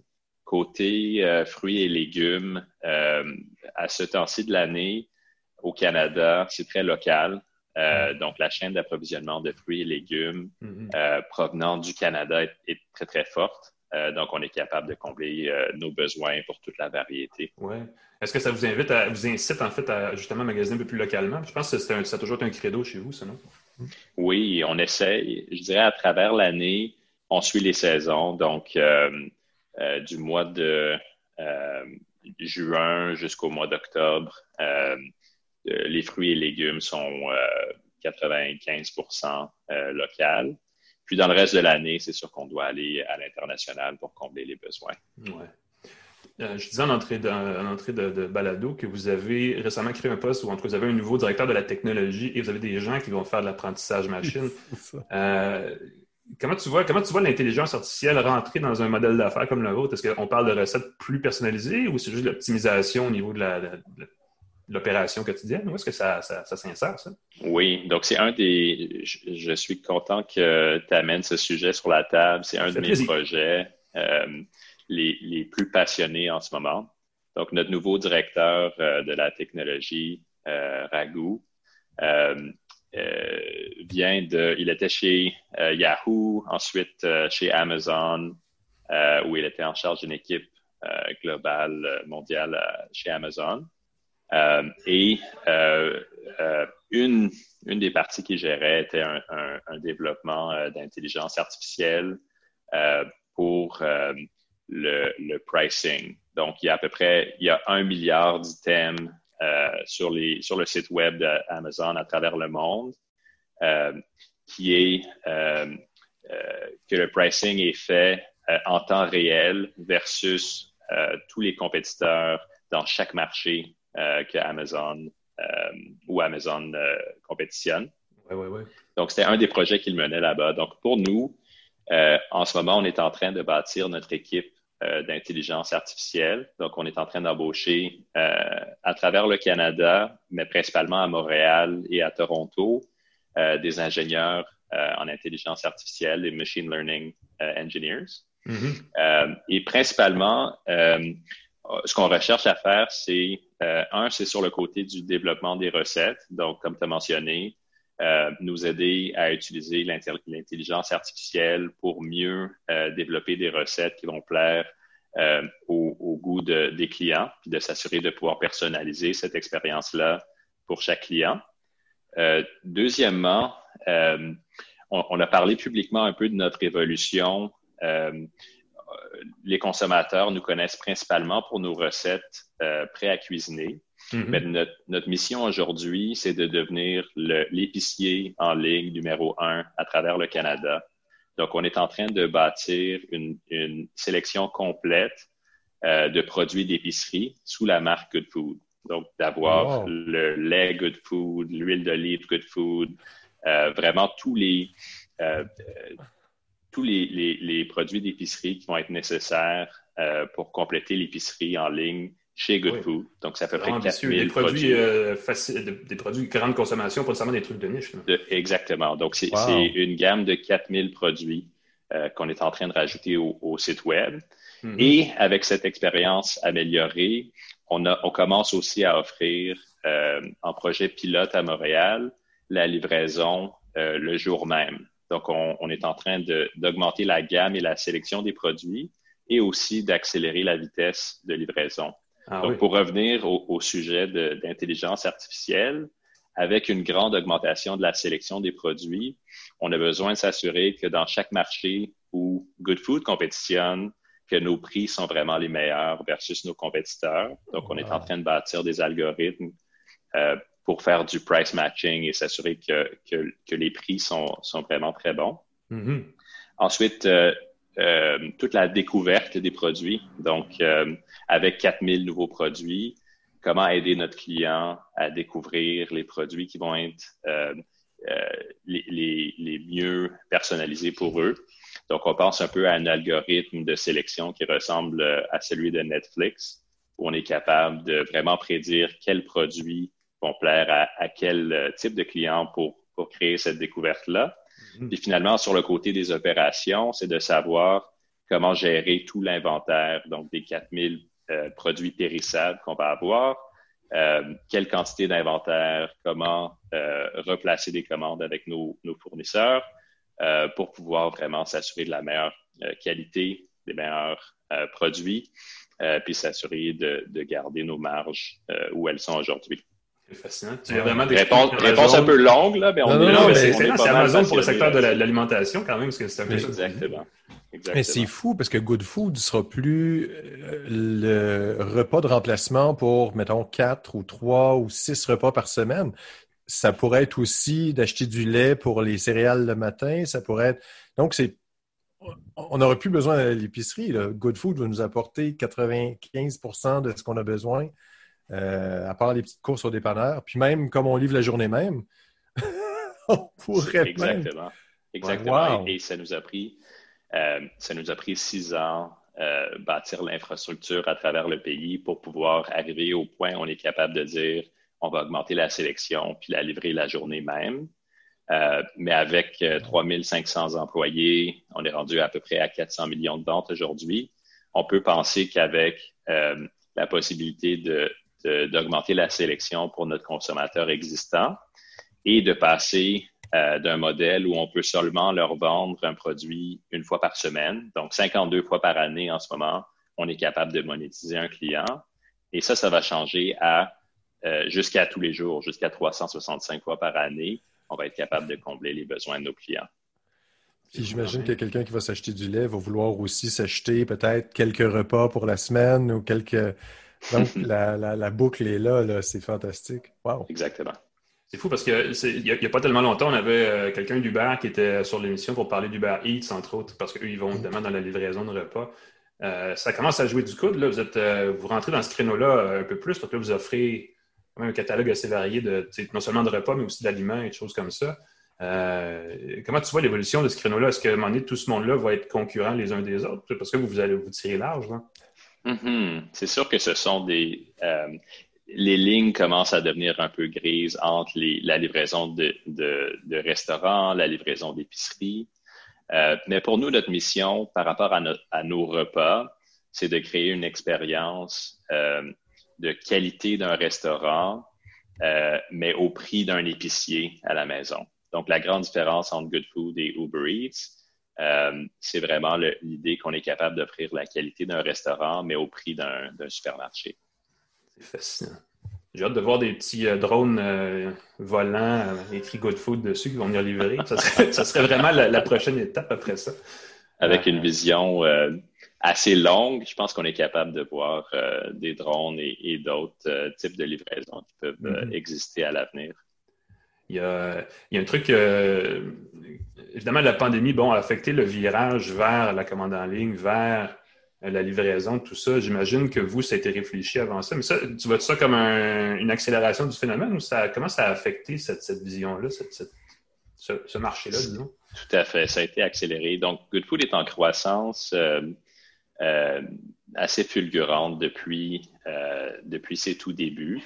Côté euh, fruits et légumes, euh, à ce temps-ci de l'année, au Canada, c'est très local. Euh, donc, la chaîne d'approvisionnement de fruits et légumes mm-hmm. euh, provenant du Canada est, est très, très forte. Euh, donc, on est capable de combler euh, nos besoins pour toute la variété. Ouais. Est-ce que ça vous invite à, vous incite en fait à justement magasiner un peu plus localement? Je pense que c'est un, ça a toujours été un credo chez vous, ça, non? Oui, on essaie. Je dirais à travers l'année, on suit les saisons. Donc, euh, euh, du mois de euh, juin jusqu'au mois d'octobre, euh, les fruits et légumes sont euh, quatre-vingt-quinze pour cent euh, local. Puis dans le reste de l'année, c'est sûr qu'on doit aller à l'international pour combler les besoins. Ouais. Euh, je disais en entrée, de, en entrée de, de balado que vous avez récemment créé un poste où en tout cas, vous avez un nouveau directeur de la technologie et vous avez des gens qui vont faire de l'apprentissage machine. euh, comment tu vois, comment tu vois l'intelligence artificielle rentrer dans un modèle d'affaires comme le vôtre? Est-ce qu'on parle de recettes plus personnalisées ou c'est juste de l'optimisation au niveau de la, de, de l'opération quotidienne? Où est-ce que ça, ça, ça s'insère, ça? Oui, donc c'est un des... Je, je suis content que tu amènes ce sujet sur la table. C'est un de mes plaisir. projets euh, les, les plus passionnés en ce moment. Donc, notre nouveau directeur euh, de la technologie, euh, Raghu, euh, euh, vient de... Il était chez euh, Yahoo, ensuite euh, chez Amazon, euh, où il était en charge d'une équipe euh, globale, mondiale euh, chez Amazon. Euh, et euh, euh, une, une des parties qu'il gérait était un, un, un développement euh, d'intelligence artificielle euh, pour euh, le, le pricing. Donc, il y a à peu près il y a un milliard d'items euh, sur, les, sur le site web d'Amazon à travers le monde euh, qui est euh, euh, que le pricing est fait euh, en temps réel versus euh, tous les compétiteurs dans chaque marché euh, que Amazon euh, ou Amazon euh, compétitionne. Ouais, ouais, ouais. Donc, c'était un des projets qu'il menait là-bas. Donc, pour nous, euh, en ce moment, on est en train de bâtir notre équipe euh, d'intelligence artificielle. Donc, on est en train d'embaucher euh, à travers le Canada, mais principalement à Montréal et à Toronto, euh, des ingénieurs euh, en intelligence artificielle, des machine learning euh, engineers. Mm-hmm. Euh, et principalement, euh, ce qu'on recherche à faire, c'est, euh, un, c'est sur le côté du développement des recettes. Donc, comme tu as mentionné, euh, nous aider à utiliser l'intelligence artificielle pour mieux euh, développer des recettes qui vont plaire euh, au, au goût de, des clients, puis de s'assurer de pouvoir personnaliser cette expérience-là pour chaque client. Euh, deuxièmement, euh, on, on a parlé publiquement un peu de notre évolution. Euh, les consommateurs nous connaissent principalement pour nos recettes euh, prêts à cuisiner. Mm-hmm. Mais notre, notre mission aujourd'hui, c'est de devenir le, l'épicier en ligne numéro un à travers le Canada. Donc, on est en train de bâtir une, une sélection complète euh, de produits d'épicerie sous la marque Good Food. Donc, d'avoir wow. le lait Good Food, l'huile d'olive Good Food, euh, vraiment tous les... Euh, tous les, les, les produits d'épicerie qui vont être nécessaires euh, pour compléter l'épicerie en ligne chez Good oui. Food. Donc, c'est à peu près quatre mille des produits. produits. Euh, faciles, de, des produits de grande consommation, pas seulement des trucs de niche. De, exactement. Donc, c'est, wow. c'est une gamme de quatre mille produits euh, qu'on est en train de rajouter au, au site web. Mm-hmm. Et avec cette expérience améliorée, on, a, on commence aussi à offrir euh, en projet pilote à Montréal la livraison euh, le jour même. Donc, on, on est en train de, d'augmenter la gamme et la sélection des produits et aussi d'accélérer la vitesse de livraison. Ah, Donc, oui. pour revenir au, au sujet de, d'intelligence artificielle, avec une grande augmentation de la sélection des produits, on a besoin de s'assurer que dans chaque marché où Good Food compétitionne, que nos prix sont vraiment les meilleurs versus nos compétiteurs. Donc, on wow. est en train de bâtir des algorithmes euh, pour faire du price matching et s'assurer que, que, que les prix sont, sont vraiment très bons. Mm-hmm. Ensuite, euh, euh, toute la découverte des produits. Donc, euh, avec quatre mille nouveaux produits, comment aider notre client à découvrir les produits qui vont être euh, euh, les, les, les mieux personnalisés pour eux. Donc, on pense un peu à un algorithme de sélection qui ressemble à celui de Netflix, où on est capable de vraiment prédire quels produits vont plaire à, à quel type de client pour, pour créer cette découverte-là. Mm-hmm. Puis finalement, sur le côté des opérations, c'est de savoir comment gérer tout l'inventaire, donc des quatre mille euh, produits périssables qu'on va avoir, euh, quelle quantité d'inventaire, comment euh, replacer des commandes avec nos, nos fournisseurs euh, pour pouvoir vraiment s'assurer de la meilleure euh, qualité, des meilleurs euh, produits, euh, puis s'assurer de, de garder nos marges euh, où elles sont aujourd'hui. C'est fascinant. Tu as vraiment des réponse, réponse un peu longue, là, mais on non, est, non, on mais est, c'est, on c'est, est c'est Amazon pour le secteur de la, l'alimentation, quand même, parce que c'est un peu ça. Exactement. Exactement. Mais c'est fou, parce que Good Food ne sera plus le repas de remplacement pour, mettons, quatre ou trois ou six repas par semaine. Ça pourrait être aussi d'acheter du lait pour les céréales le matin. Ça pourrait être... Donc, c'est... on n'aurait plus besoin de l'épicerie. Là. Good Food va nous apporter quatre-vingt-quinze pour cent de ce qu'on a besoin. Euh, à part les petites courses au dépanneur. Puis même, comme on livre la journée même, on pourrait Exactement. Même... Exactement. Wow. Et, et ça nous a pris euh, ça nous a pris six ans euh, bâtir l'infrastructure à travers le pays pour pouvoir arriver au point où on est capable de dire on va augmenter la sélection puis la livrer la journée même. Euh, mais avec euh, trois mille cinq cents employés, on est rendu à peu près à quatre cents millions de ventes aujourd'hui. On peut penser qu'avec euh, la possibilité de De, d'augmenter la sélection pour notre consommateur existant et de passer euh, d'un modèle où on peut seulement leur vendre un produit une fois par semaine. Donc, cinquante-deux fois par année en ce moment, on est capable de monétiser un client. Et ça, ça va changer à euh, jusqu'à tous les jours, jusqu'à trois cent soixante-cinq fois par année, on va être capable de combler les besoins de nos clients. Puis j'imagine que quelqu'un qui va s'acheter du lait va vouloir aussi s'acheter peut-être quelques repas pour la semaine ou quelques... Donc, la, la, la boucle est là, là. C'est fantastique. Wow. Exactement. C'est fou parce qu'il n'y a, a pas tellement longtemps, on avait euh, quelqu'un d'Uber qui était sur l'émission pour parler d'Uber Eats, entre autres, parce qu'eux, ils vont évidemment dans la livraison de repas. Euh, ça commence à jouer du coude. Là. Vous, êtes, euh, vous rentrez dans ce créneau-là euh, un peu plus, parce que là, vous offrez quand même un catalogue assez varié, de, non seulement de repas, mais aussi d'aliments et de choses comme ça. Euh, comment tu vois l'évolution de ce créneau-là? Est-ce qu'à un moment donné, tout ce monde-là va être concurrent les uns des autres? Parce que vous, vous allez vous tirer large, là. Mm-hmm. C'est sûr que ce sont des... Euh, les lignes commencent à devenir un peu grises entre les, la livraison de, de, de restaurants, la livraison d'épiceries. Euh, mais pour nous, notre mission par rapport à, notre, à nos repas, c'est de créer une expérience euh, de qualité d'un restaurant, euh, mais au prix d'un épicier à la maison. Donc, la grande différence entre Good Food et Uber Eats, euh, c'est vraiment le, l'idée qu'on est capable d'offrir la qualité d'un restaurant, mais au prix d'un, d'un supermarché. C'est fascinant. J'ai hâte de voir des petits euh, drones euh, volants euh, écrits Good Food dessus qui vont venir livrer. Ça serait, ça serait vraiment la, la prochaine étape après ça. Avec euh, une vision euh, assez longue, je pense qu'on est capable de voir euh, des drones et, et d'autres euh, types de livraisons qui peuvent euh, mm-hmm. exister à l'avenir. Il y a, il y a un truc, euh, évidemment, la pandémie, bon, a affecté le virage vers la commande en ligne, vers la livraison, tout ça. J'imagine que vous, ça a été réfléchi avant ça. Mais ça, tu vois ça comme un, une accélération du phénomène ou ça, comment ça a affecté cette, cette vision-là, cette, cette, ce, ce marché-là, disons? Tout à fait. Ça a été accéléré. Donc, Good Food est en croissance euh, euh, assez fulgurante depuis, euh, depuis ses tout débuts.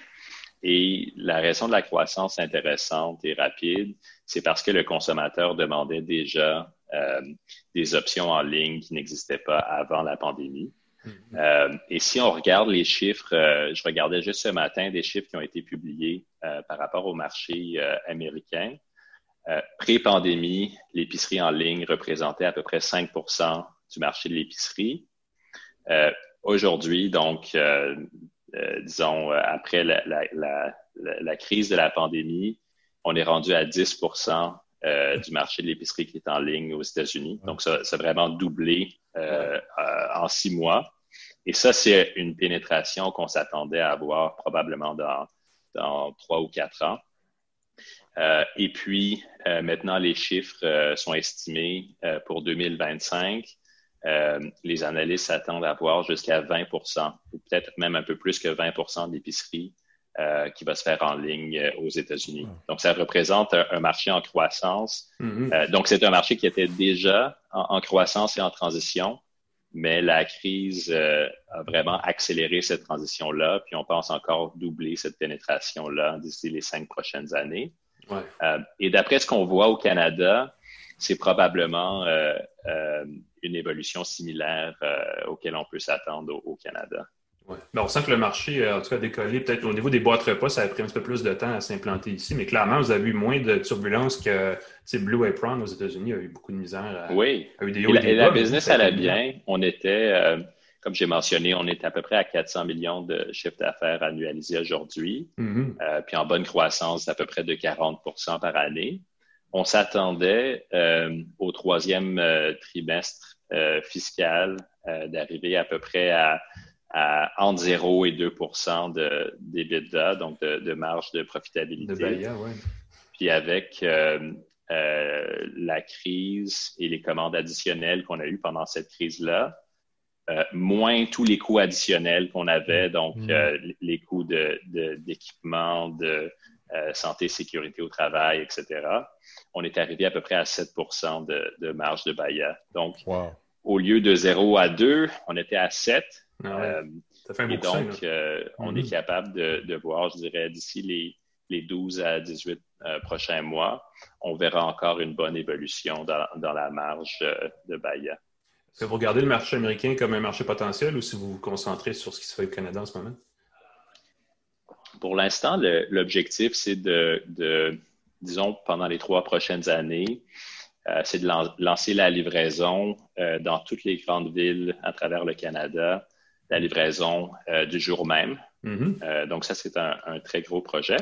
Et la raison de la croissance intéressante et rapide, c'est parce que le consommateur demandait déjà euh, des options en ligne qui n'existaient pas avant la pandémie. Mm-hmm. Euh, et si on regarde les chiffres, euh, je regardais juste ce matin des chiffres qui ont été publiés euh, par rapport au marché euh, américain. Euh, pré-pandémie, l'épicerie en ligne représentait à peu près cinq pour cent du marché de l'épicerie. Euh, aujourd'hui, donc, euh, Euh, disons, euh, après la, la, la, la crise de la pandémie, on est rendu à dix pour cent euh, du marché de l'épicerie qui est en ligne aux États-Unis. Donc, ça, ça a vraiment doublé euh, euh, en six mois. Et ça, c'est une pénétration qu'on s'attendait à avoir probablement dans, dans trois ou quatre ans. Euh, et puis, euh, maintenant, les chiffres euh, sont estimés euh, pour deux mille vingt-cinq. Euh, les analystes s'attendent à avoir jusqu'à vingt pour cent ou peut-être même un peu plus que vingt pour cent d'épicerie euh, qui va se faire en ligne euh, aux États-Unis. Donc, ça représente un, un marché en croissance. Mm-hmm. Euh, donc, c'est un marché qui était déjà en, en croissance et en transition, mais la crise euh, a vraiment accéléré cette transition-là, puis on pense encore doubler cette pénétration-là d'ici les cinq prochaines années. Ouais. Euh, et d'après ce qu'on voit au Canada, c'est probablement euh, euh, une évolution similaire euh, auquel on peut s'attendre au, au Canada. Ouais. Ben, on sent que le marché, euh, en tout cas, a décollé. Peut-être au niveau des boîtes repas, ça a pris un petit peu plus de temps à s'implanter ici, mais clairement, vous avez eu moins de turbulences que Blue Apron aux États-Unis a eu beaucoup de misère. À, oui, a eu des hauts et, la, et, des et bas, la business allait bien. On était, euh, comme j'ai mentionné, on est à peu près à quatre cents millions de chiffre d'affaires annualisé aujourd'hui, mm-hmm. euh, puis en bonne croissance d'à peu près de quarante pour cent par année. On s'attendait euh, au troisième euh, trimestre euh, fiscal euh, d'arriver à peu près à, à entre zéro et deux pour cent de, d'EBITDA, donc de, de marge de profitabilité. De Baia, ouais. Puis avec euh, euh, la crise et les commandes additionnelles qu'on a eues pendant cette crise-là, euh, moins tous les coûts additionnels qu'on avait, donc mmh. euh, les coûts de, de, d'équipement, de euh, santé, sécurité au travail, et cetera, on est arrivé à peu près à sept pour cent de, de marge de Baia. Donc, wow. Au lieu de zéro à deux, on était à sept. Ah ouais. euh, Ça fait un et beau donc, coussin, euh, on mm-hmm. est capable de, de voir, je dirais, d'ici les, les douze à dix-huit euh, prochains mois, on verra encore une bonne évolution dans, dans la marge euh, de Baia. Est-ce que vous regardez le marché américain comme un marché potentiel ou si vous vous concentrez sur ce qui se fait au Canada en ce moment? Pour l'instant, le, l'objectif, c'est de, de, disons, pendant les trois prochaines années, euh, c'est de lan- lancer la livraison euh, dans toutes les grandes villes à travers le Canada, la livraison euh, du jour même. Mm-hmm. Euh, donc, ça, c'est un, un très gros projet.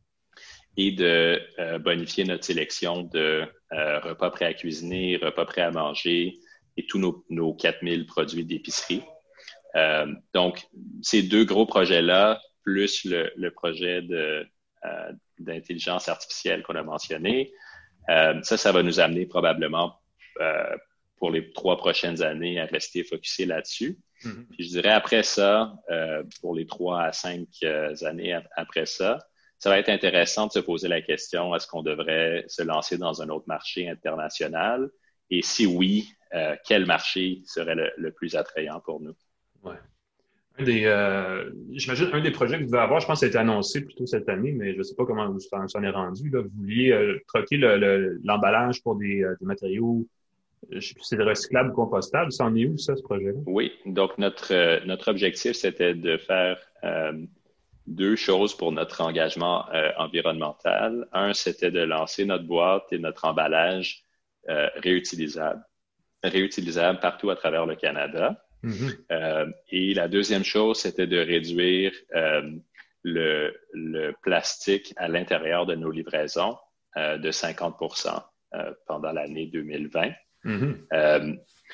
Et de euh, bonifier notre sélection de euh, repas prêts à cuisiner, repas prêts à manger et tous nos, nos quatre mille produits d'épicerie. Euh, donc, ces deux gros projets-là, plus le, le projet de, euh, d'intelligence artificielle qu'on a mentionné, euh, ça, ça va nous amener probablement euh, pour les trois prochaines années à rester focusé là-dessus. Mm-hmm. Puis je dirais après ça, euh, pour les trois à cinq euh, années après ça, ça va être intéressant de se poser la question, est-ce qu'on devrait se lancer dans un autre marché international? Et si oui, euh, quel marché serait le, le plus attrayant pour nous? Ouais. Un des, euh, j'imagine un des projets que vous devez avoir, je pense que ça a été annoncé plus tôt cette année, mais je ne sais pas comment vous s'en est rendu. Là. Vous vouliez euh, troquer le, le, l'emballage pour des, euh, des matériaux, je ne sais plus si c'est recyclable ou compostable. Ça en est où, ça, ce projet-là? Oui, donc notre, euh, notre objectif, c'était de faire euh, deux choses pour notre engagement euh, environnemental. Un, c'était de lancer notre boîte et notre emballage euh, réutilisable, réutilisable partout à travers le Canada. Mm-hmm. Euh, et la deuxième chose, c'était de réduire euh, le, le plastique à l'intérieur de nos livraisons euh, de cinquante pour cent euh, pendant l'année deux mille vingt. Mm-hmm. Euh,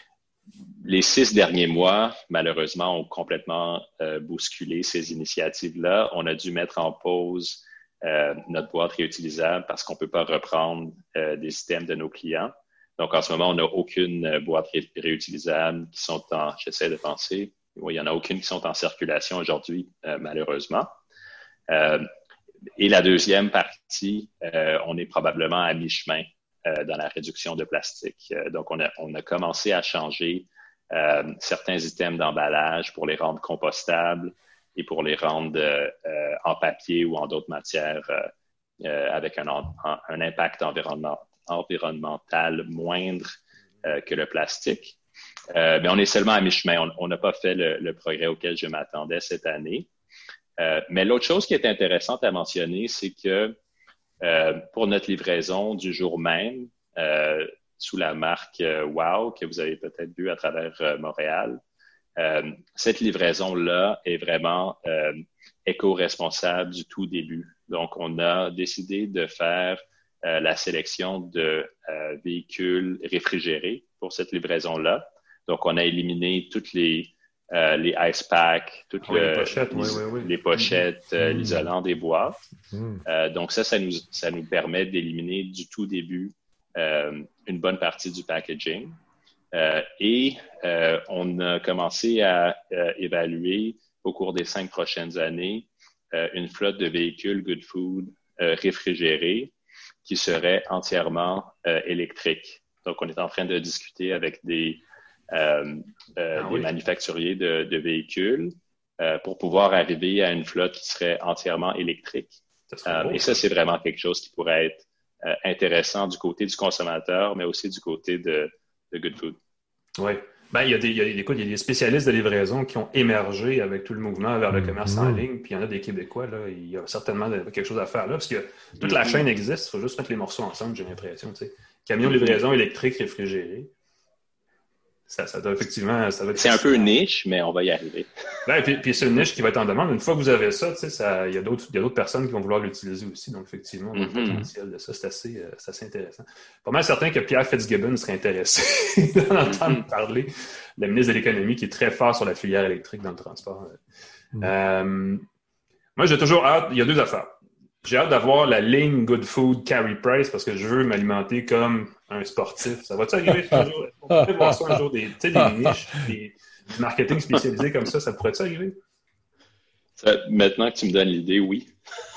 les six derniers mois, malheureusement, ont complètement euh, bousculé ces initiatives-là. On a dû mettre en pause euh, notre boîte réutilisable parce qu'on ne peut pas reprendre euh, des systèmes de nos clients. Donc, en ce moment, on n'a aucune euh, boîte ré- réutilisable qui sont en, j'essaie de penser, oui, il n'y en a aucune qui sont en circulation aujourd'hui, euh, malheureusement. Euh, et la deuxième partie, euh, on est probablement à mi-chemin euh, dans la réduction de plastique. Euh, donc, on a, on a commencé à changer euh, certains items d'emballage pour les rendre compostables et pour les rendre euh, euh, en papier ou en d'autres matières euh, euh, avec un, en, un impact environnemental. environnemental moindre euh, que le plastique. Euh, mais on est seulement à mi-chemin. On n'a pas fait le, le progrès auquel je m'attendais cette année. Euh, mais l'autre chose qui est intéressante à mentionner, c'est que euh, pour notre livraison du jour même, euh, sous la marque euh, Wow, que vous avez peut-être vu à travers euh, Montréal, euh, cette livraison-là est vraiment euh, éco-responsable du tout début. Donc, on a décidé de faire Euh, la sélection de euh, véhicules réfrigérés pour cette livraison-là. Donc, on a éliminé toutes les, euh, les ice packs, toutes oui, le, les pochettes, les, oui, oui, oui. les pochettes mmh. euh, l'isolant des boîtes. Mmh. Euh, donc, ça, ça nous, ça nous permet d'éliminer du tout début euh, une bonne partie du packaging. Euh, et euh, on a commencé à euh, évaluer au cours des cinq prochaines années euh, une flotte de véhicules Good Food euh, réfrigérés qui serait entièrement euh, électrique. Donc, on est en train de discuter avec des, euh, euh, ah, des oui. manufacturiers de, de véhicules euh, pour pouvoir arriver à une flotte qui serait entièrement électrique. Euh, beau, et ça, ça, c'est vraiment quelque chose qui pourrait être euh, intéressant du côté du consommateur, mais aussi du côté de, de Good Food. Oui. Ben, il y a des, il y a, écoute, il y a des spécialistes de livraison qui ont émergé avec tout le mouvement vers le commerce mmh. en ligne, puis il y en a des Québécois, là, il y a certainement quelque chose à faire là, parce que toute mmh. la chaîne existe, il faut juste mettre les morceaux ensemble, j'ai l'impression, tu sais. Camion de livraison électrique réfrigéré, ça, ça doit effectivement... Ça doit être c'est un peu une niche, mais on va y arriver. Ben, puis, puis c'est une niche qui va être en demande. Une fois que vous avez ça, tu sais, ça, il y a d'autres, il y a d'autres personnes qui vont vouloir l'utiliser aussi, donc effectivement, on a mm-hmm. le potentiel de ça, c'est assez, euh, c'est assez intéressant. Pas mal certain que Pierre Fitzgibbon serait intéressé d'en entendre mm-hmm. parler, le ministre de l'Économie qui est très fort sur la filière électrique dans le transport. Mm-hmm. Euh, moi, j'ai toujours hâte, il y a deux affaires. J'ai hâte d'avoir la ligne Good Food Carry Price parce que je veux m'alimenter comme un sportif. Ça va-tu arriver un jour? On pourrait voir ça un jour, des, des niches, des, du marketing spécialisé comme ça, ça pourrait-tu arriver? Ça, maintenant que tu me donnes l'idée, oui.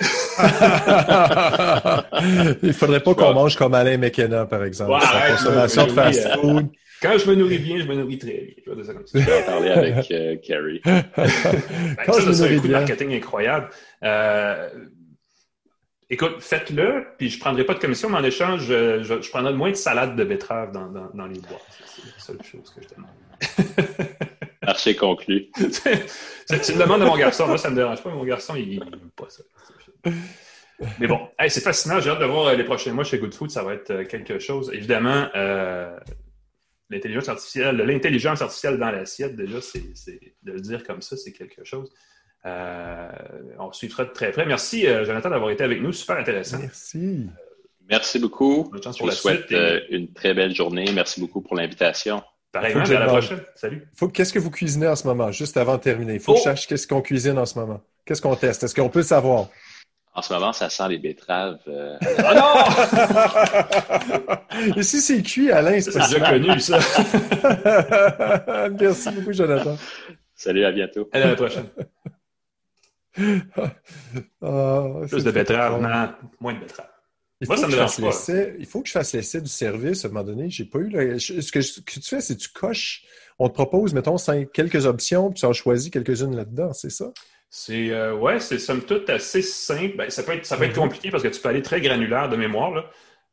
Il faudrait pas qu'on mange comme Alain McKenna, par exemple. Ouais, sa consommation de fast-food. Euh, quand je me nourris bien, je me nourris très bien. Je vais dire ça comme ça. Je vais en parler avec euh, Carrie. Ben, quand ça, je me ça, nourris un coup bien. De marketing incroyable. Euh, Écoute, faites-le, puis je ne prendrai pas de commission, mais en échange, je, je, je prendrai moins de salade de betterave dans, dans, dans les boîtes. C'est, c'est la seule chose que je demande. Marché conclu. c'est, c'est une demande de mon garçon. Moi, ça ne me dérange pas. Mon garçon, il n'aime pas ça. Mais bon, hey, c'est fascinant. J'ai hâte de voir les prochains mois chez Good Food. Ça va être quelque chose. Évidemment, euh, l'intelligence artificielle, l'intelligence artificielle dans l'assiette, déjà, c'est, c'est, de le dire comme ça, c'est quelque chose. Euh, on suivra de très près. Merci, euh, Jonathan, d'avoir été avec nous. Super intéressant. Merci. Merci beaucoup. Bonne chance Je pour vous la souhaite suite et- euh, une très belle journée. Merci beaucoup pour l'invitation. Pareillement, Faut que puis à je la demande. prochaine. Salut. Faut, qu'est-ce que vous cuisinez en ce moment, juste avant de terminer? Il faut que je Oh! sache qu'est-ce qu'on cuisine en ce moment. Qu'est-ce qu'on teste? Est-ce qu'on peut le savoir? En ce moment, ça sent les betteraves. euh, Ah non! Ici, c'est cuit, Alain, c'est C'est pas déjà ça. connu, ça. Merci beaucoup, Jonathan. Salut, à bientôt. À la prochaine. Ah, Plus c'est de très betteraves, drôle. non, moins de betteraves. Il Moi, faut ça que me je dérange fasse pas. l'essai. Il faut que je fasse l'essai du service à un moment donné. J'ai pas eu le... je- Ce que, ce que tu fais, c'est que tu coches. On te propose, mettons, cinq, quelques options, puis tu en choisis quelques-unes là-dedans, c'est ça? C'est euh, ouais, c'est somme toute assez simple. Ben, ça peut être, ça peut être Mhm. compliqué parce que tu peux aller très granulaire de mémoire là,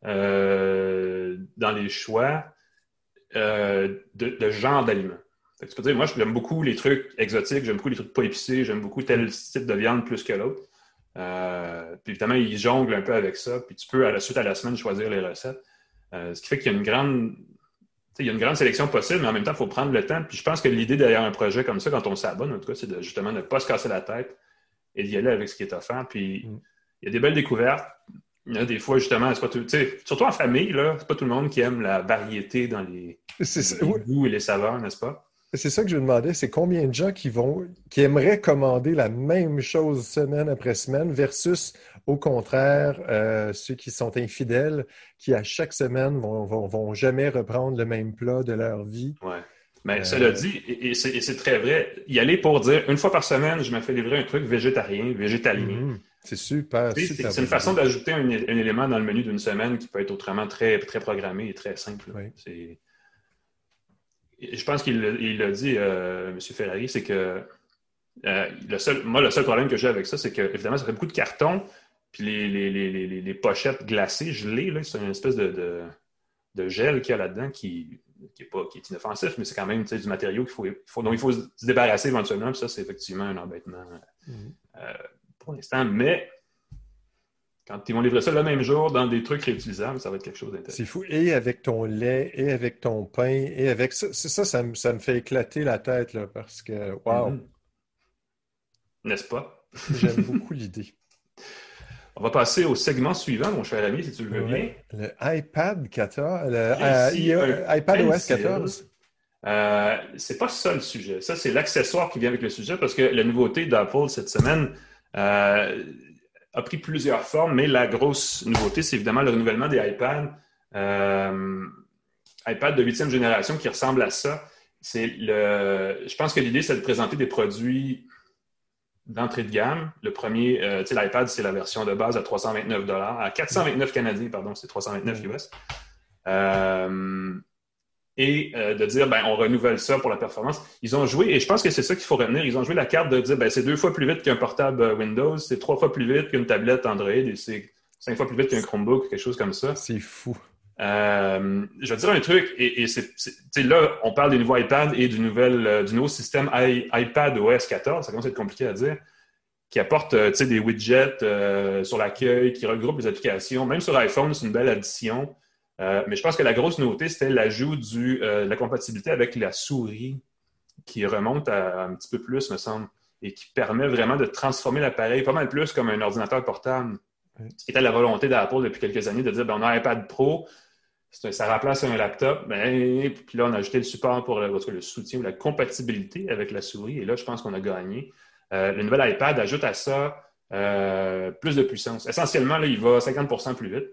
euh, dans les choix euh, de, de genre d'aliments. Fait que tu peux dire, moi, j'aime beaucoup les trucs exotiques, j'aime beaucoup les trucs pas épicés, j'aime beaucoup tel type de viande plus que l'autre. Euh, puis évidemment, ils jonglent un peu avec ça. Puis tu peux, à la suite à la semaine, choisir les recettes. Euh, ce qui fait qu'il y a une grande, tu sais, il y a une grande sélection possible, mais en même temps, il faut prendre le temps. Puis je pense que l'idée derrière un projet comme ça, quand on s'abonne, en tout cas, c'est de, justement de ne pas se casser la tête et d'y aller avec ce qui est offert. Puis Mm. il y a des belles découvertes. Il y a des fois, justement, c'est pas tout, tu sais, surtout en famille, là, c'est pas tout le monde qui aime la variété dans les, C'est ça, les oui. goûts et les saveurs, n'est-ce pas? C'est ça que je me demandais, c'est combien de gens qui vont, qui aimeraient commander la même chose semaine après semaine versus, au contraire, euh, ceux qui sont infidèles, qui à chaque semaine vont, vont, vont jamais reprendre le même plat de leur vie. Ouais. Mais Euh, cela dit, et, et c'est, et c'est très vrai, y aller pour dire une fois par semaine, je me fais livrer un truc végétarien, végétalien. mhm. C'est super, Tu sais, C'est, super c'est une bonne façon idée. d'ajouter un, é- un élément dans le menu d'une semaine qui peut être autrement très, très programmé et très simple. Oui. C'est... et Je pense qu'il l'a- il l'a dit, euh, M. Ferrari, c'est que euh, le seul, moi, le seul problème que j'ai avec ça, c'est que, évidemment, ça fait beaucoup de carton, puis les, les, les, les, les pochettes glacées, gelées, là, c'est une espèce de, de, de gel qu'il y a là-dedans qui, qui, est, pas, qui est inoffensif, mais c'est quand même tu sais, du matériau qu'il faut, faut, dont il faut se débarrasser éventuellement, puis ça, c'est effectivement un embêtement Mhm. euh, pour l'instant. Mais quand ils vont livrer ça le même jour dans des trucs réutilisables, ça va être quelque chose d'intéressant. C'est fou. Et avec ton lait, et avec ton pain, et avec ça, c'est ça, ça me, ça me fait éclater la tête, là, parce que, wow, Mhm. N'est-ce pas? j'aime beaucoup l'idée. On va passer au segment suivant, mon cher ami, si tu le veux bien. Ouais. Le iPad quatorze, le J'ai euh, ici I A un iPadOS pencil. quatorze. Euh, c'est pas ça le sujet. Ça, c'est l'accessoire qui vient avec le sujet parce que la nouveauté d'Apple cette semaine euh, a pris plusieurs formes, mais la grosse nouveauté, c'est évidemment le renouvellement des iPads. Euh, iPad de huitième génération qui ressemble à ça. C'est le... Je pense que l'idée, c'est de présenter des produits d'entrée de gamme. Le premier, euh, tu sais, l'iPad, c'est la version de base à trois cent vingt-neuf dollars, à quatre cent vingt-neuf canadiens, pardon, c'est trois cent vingt-neuf U S. Euh, et euh, de dire, ben, on renouvelle ça pour la performance. Ils ont joué, et je pense que c'est ça qu'il faut retenir, ils ont joué la carte de dire, ben, c'est deux fois plus vite qu'un portable Windows, c'est trois fois plus vite qu'une tablette Android, et c'est cinq fois plus vite qu'un Chromebook, quelque chose comme ça. C'est fou. Euh, je vais te dire un truc, et, et c'est, c'est, tu sais, là, on parle des nouveaux iPads et du, nouvel, euh, du nouveau système I, iPadOS quatorze, ça commence à être compliqué à dire, qui apporte euh, tu sais, des widgets euh, sur l'accueil, qui regroupe les applications. Même sur iPhone, c'est une belle addition. Euh, mais je pense que la grosse nouveauté, c'était l'ajout du, euh, de la compatibilité avec la souris qui remonte à, à un petit peu plus, me semble, et qui permet vraiment de transformer l'appareil pas mal plus comme un ordinateur portable. Oui. Ce qui était la volonté d'Apple depuis quelques années de dire, ben, on a un iPad Pro, c'est un, ça remplace un laptop, ben, puis là, on a ajouté le support pour le, le soutien ou la compatibilité avec la souris, et là, je pense qu'on a gagné. Euh, le nouvel iPad ajoute à ça euh, plus de puissance. Essentiellement, là, il va cinquante pour cent plus vite.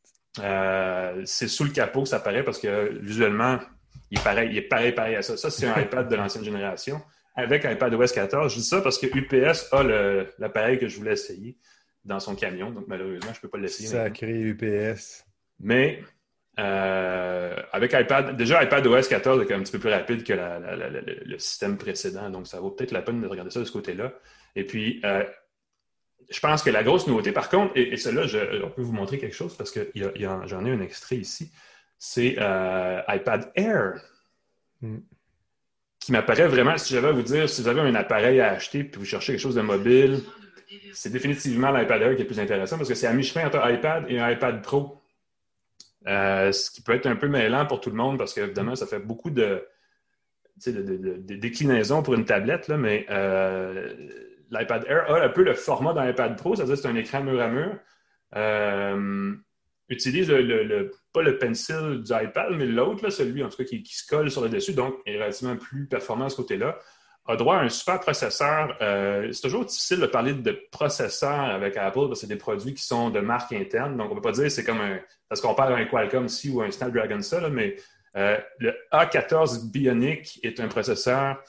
Euh, c'est sous le capot que ça paraît parce que visuellement, il est pareil, il est pareil, pareil à ça. Ça, c'est un iPad de l'ancienne génération. Avec iPadOS quatorze, je dis ça parce que U P S a le, l'appareil que je voulais essayer dans son camion, donc malheureusement, je ne peux pas l'essayer. Sacré U P S. Mais euh, avec iPad, déjà iPadOS quatorze est un petit peu plus rapide que la, la, la, la, le système précédent, donc ça vaut peut-être la peine de regarder ça de ce côté-là. Et puis, euh, je pense que la grosse nouveauté, par contre, et, et celle-là, je, on peut vous montrer quelque chose parce que y a, y a, j'en ai un extrait ici, c'est euh, iPad Air, mm. qui m'apparaît vraiment, si j'avais à vous dire, si vous avez un appareil à acheter puis vous cherchez quelque chose de mobile, c'est définitivement l'iPad Air qui est le plus intéressant parce que c'est à mi-chemin entre iPad et un iPad Pro. Euh, ce qui peut être un peu mêlant pour tout le monde parce qu'évidemment, ça fait beaucoup de, de, de, de, de déclinaisons pour une tablette, là, mais euh, l'iPad Air a un peu le format d'un iPad Pro, c'est-à-dire que c'est un écran mur à mur. Euh, utilise le, le, le, pas le pencil du iPad, mais l'autre, là, celui en tout cas qui, qui se colle sur le dessus, donc est relativement plus performant à ce côté-là. A droit à un super processeur. Euh, c'est toujours difficile de parler de processeur avec Apple parce que c'est des produits qui sont de marque interne. Donc, on ne peut pas dire que c'est comme un... Parce qu'on parle d'un Qualcomm ici ou un Snapdragon ça, là, mais euh, le A quatorze Bionic est un processeur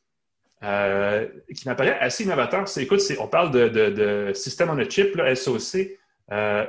euh, qui m'apparaît assez innovateur. C'est, écoute, c'est, on parle de, de, de système on a chip, là, S O C. Euh,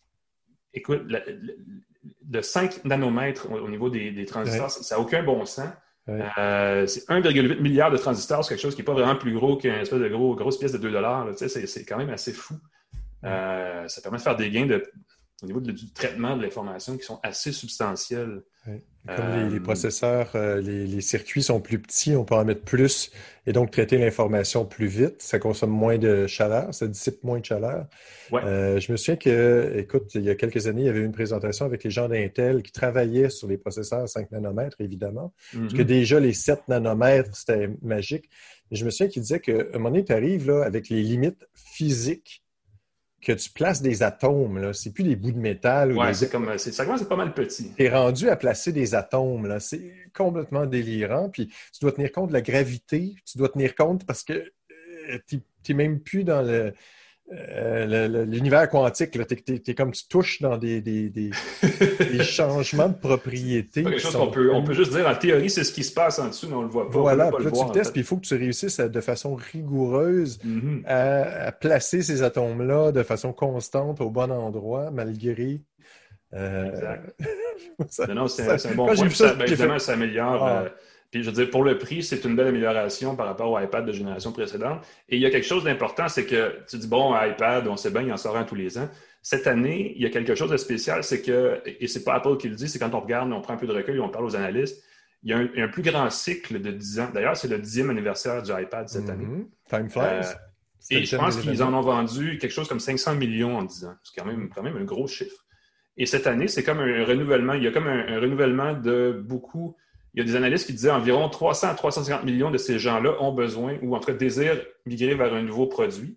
écoute, le, le, le cinq nanomètres au, au niveau des, des transistors, ouais. Ça n'a aucun bon sens. Ouais. Euh, c'est un virgule huit milliard de transistors, c'est quelque chose qui n'est pas vraiment plus gros qu'une espèce de gros, grosse pièce de deux dollars. Là, c'est, c'est quand même assez fou. Ouais. Euh, ça permet de faire des gains de, au niveau de, du traitement de l'information qui sont assez substantiels. Ouais. Comme euh, les, les processeurs, euh, les, les circuits sont plus petits, on peut en mettre plus et donc traiter l'information plus vite. Ça consomme moins de chaleur, ça dissipe moins de chaleur. Ouais. Euh, je me souviens que, écoute, il y a quelques années, il y avait eu une présentation avec les gens d'Intel qui travaillaient sur les processeurs cinq nanomètres, évidemment. Mm-hmm. Parce que déjà, les sept nanomètres, c'était magique. Et je me souviens qu'ils disaient qu'à un moment donné, tu arrives là, avec les limites physiques que tu places des atomes, là, c'est plus des bouts de métal. Oui, des... c'est comme, c'est, ça commence à être pas mal petit. Tu es rendu à placer des atomes, là, c'est complètement délirant. Puis tu dois tenir compte de la gravité, tu dois tenir compte parce que euh, tu n'es même plus dans le, euh, le, le, l'univers quantique. Tu es comme tu touches dans des, des, des, des changements de propriétés. C'est pas quelque chose qu'on peut, on peut juste dire en théorie, c'est ce qui se passe en dessous, mais on ne le voit pas. Voilà, pas puis le là, voir, tu le testes, en fait. puis il faut que tu réussisses à, de façon rigoureuse mm-hmm. à, à placer ces atomes-là de façon constante au bon endroit, malgré... Euh... Exact. ça, non, non, c'est, ça, c'est un bon point. Ça, ça, ben, évidemment, fait... ça améliore. Ah. Euh, puis je veux dire, pour le prix, c'est une belle amélioration par rapport au iPad de génération précédente. Et il y a quelque chose d'important, c'est que tu dis, bon, iPad, on sait bien, il en sort un tous les ans. Cette année, il y a quelque chose de spécial, c'est que, et c'est pas Apple qui le dit, c'est quand on regarde, on prend un peu de recul et on parle aux analystes, il y a un, un plus grand cycle de dix ans. D'ailleurs, c'est le dixième anniversaire du iPad cette mm-hmm. année. Time flies. Euh, et je pense qu'ils en ont vendu quelque chose comme cinq cents millions en dix ans. C'est quand même, quand même un gros chiffre. Et cette année, c'est comme un renouvellement. Il y a comme un, un renouvellement de beaucoup. Il y a des analystes qui disaient environ trois cents à trois cent cinquante millions de ces gens-là ont besoin ou en tout cas désirent migrer vers un nouveau produit.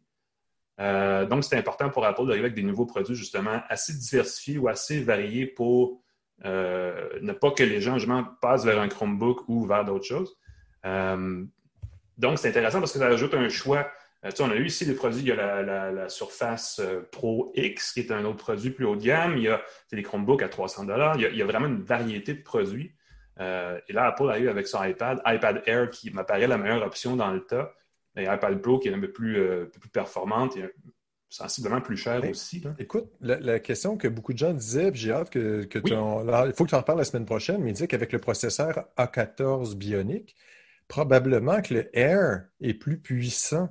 Euh, donc, c'est important pour Apple d'arriver avec des nouveaux produits justement assez diversifiés ou assez variés pour euh, ne pas que les gens justement passent vers un Chromebook ou vers d'autres choses. Euh, donc, c'est intéressant parce que ça ajoute un choix. Euh, tu sais, on a eu ici des produits, il y a la, la, la Surface Pro X qui est un autre produit plus haut de gamme. Il y a des Chromebooks à trois cents dollars. Il y a, il y a vraiment une variété de produits. Euh, et là, Apple arrive avec son iPad, iPad Air qui m'apparaît la meilleure option dans le tas. Et iPad Pro qui est un peu plus, euh, un peu plus performante et sensiblement plus cher Mais, aussi. Là. Écoute, la, la question que beaucoup de gens disaient, puis j'ai hâte que, que oui. tu en... Alors, il faut que tu en reparles la semaine prochaine, mais ils disaient qu'avec le processeur A quatorze Bionic, probablement que le Air est plus puissant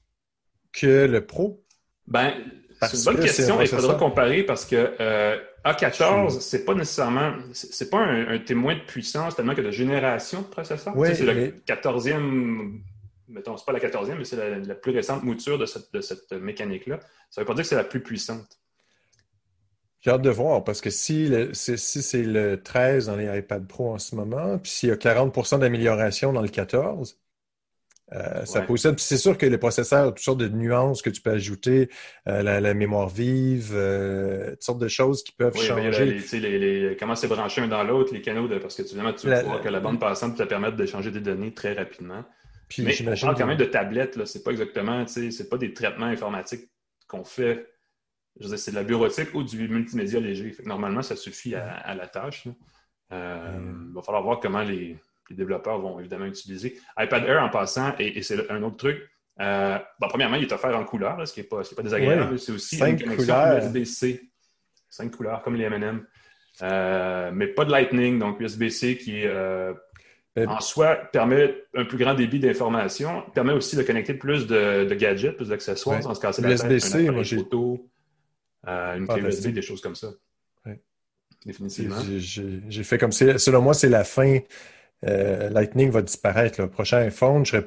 que le Pro. Ben, c'est une bonne question. Il faudra comparer parce que euh, A quatorze, c'est pas nécessairement, c'est, c'est pas un, un témoin de puissance tellement que de génération de processeurs. Oui, c'est mais... le quatorzième, mettons, c'est pas la quatorzième, mais c'est la, la plus récente mouture de cette, de cette mécanique-là. Ça veut pas dire que c'est la plus puissante. J'ai hâte de voir, parce que si, le, si, si c'est le treize dans les iPad Pro en ce moment, puis s'il y a quarante pour cent d'amélioration dans le quatorze, euh, ça ouais. possède. Puis c'est sûr que les processeurs ont toutes sortes de nuances que tu peux ajouter, euh, la, la mémoire vive, euh, toutes sortes de choses qui peuvent oui, changer. Les, les, les, les, comment c'est branché un dans l'autre, les canaux, de, parce que tu, évidemment, tu la, vois la, que la bande passante peut te permettre d'échanger des données très rapidement. Puis, mais on parle quand même de tablettes, là. C'est pas exactement, c'est pas des traitements informatiques qu'on fait. Je veux dire, c'est de la bureautique ou du multimédia léger. Fait que normalement, ça suffit à, à la tâche. Euh, mm. Il va falloir voir comment les, les développeurs vont évidemment utiliser. iPad Air, en passant, et, et c'est un autre truc, euh, bon, premièrement, il est offert en couleur, là, ce qui n'est pas, pas désagréable. Oui. C'est aussi Cinq une connexion couleurs. U S B-C. Cinq couleurs, comme les M and M. Euh, mais pas de Lightning, donc U S B-C qui, euh, mais... en soi, permet un plus grand débit d'informations, permet aussi de connecter plus de, de gadgets, plus d'accessoires, ouais. sans se casser la tête. U S B-C, moi j'ai... Photo, Euh, une clé U S B, des choses comme ça. Ouais. Définitivement. J'ai, j'ai, j'ai fait comme ça. Selon moi, c'est la fin. Euh, Lightning va disparaître. Le prochain iPhone, je,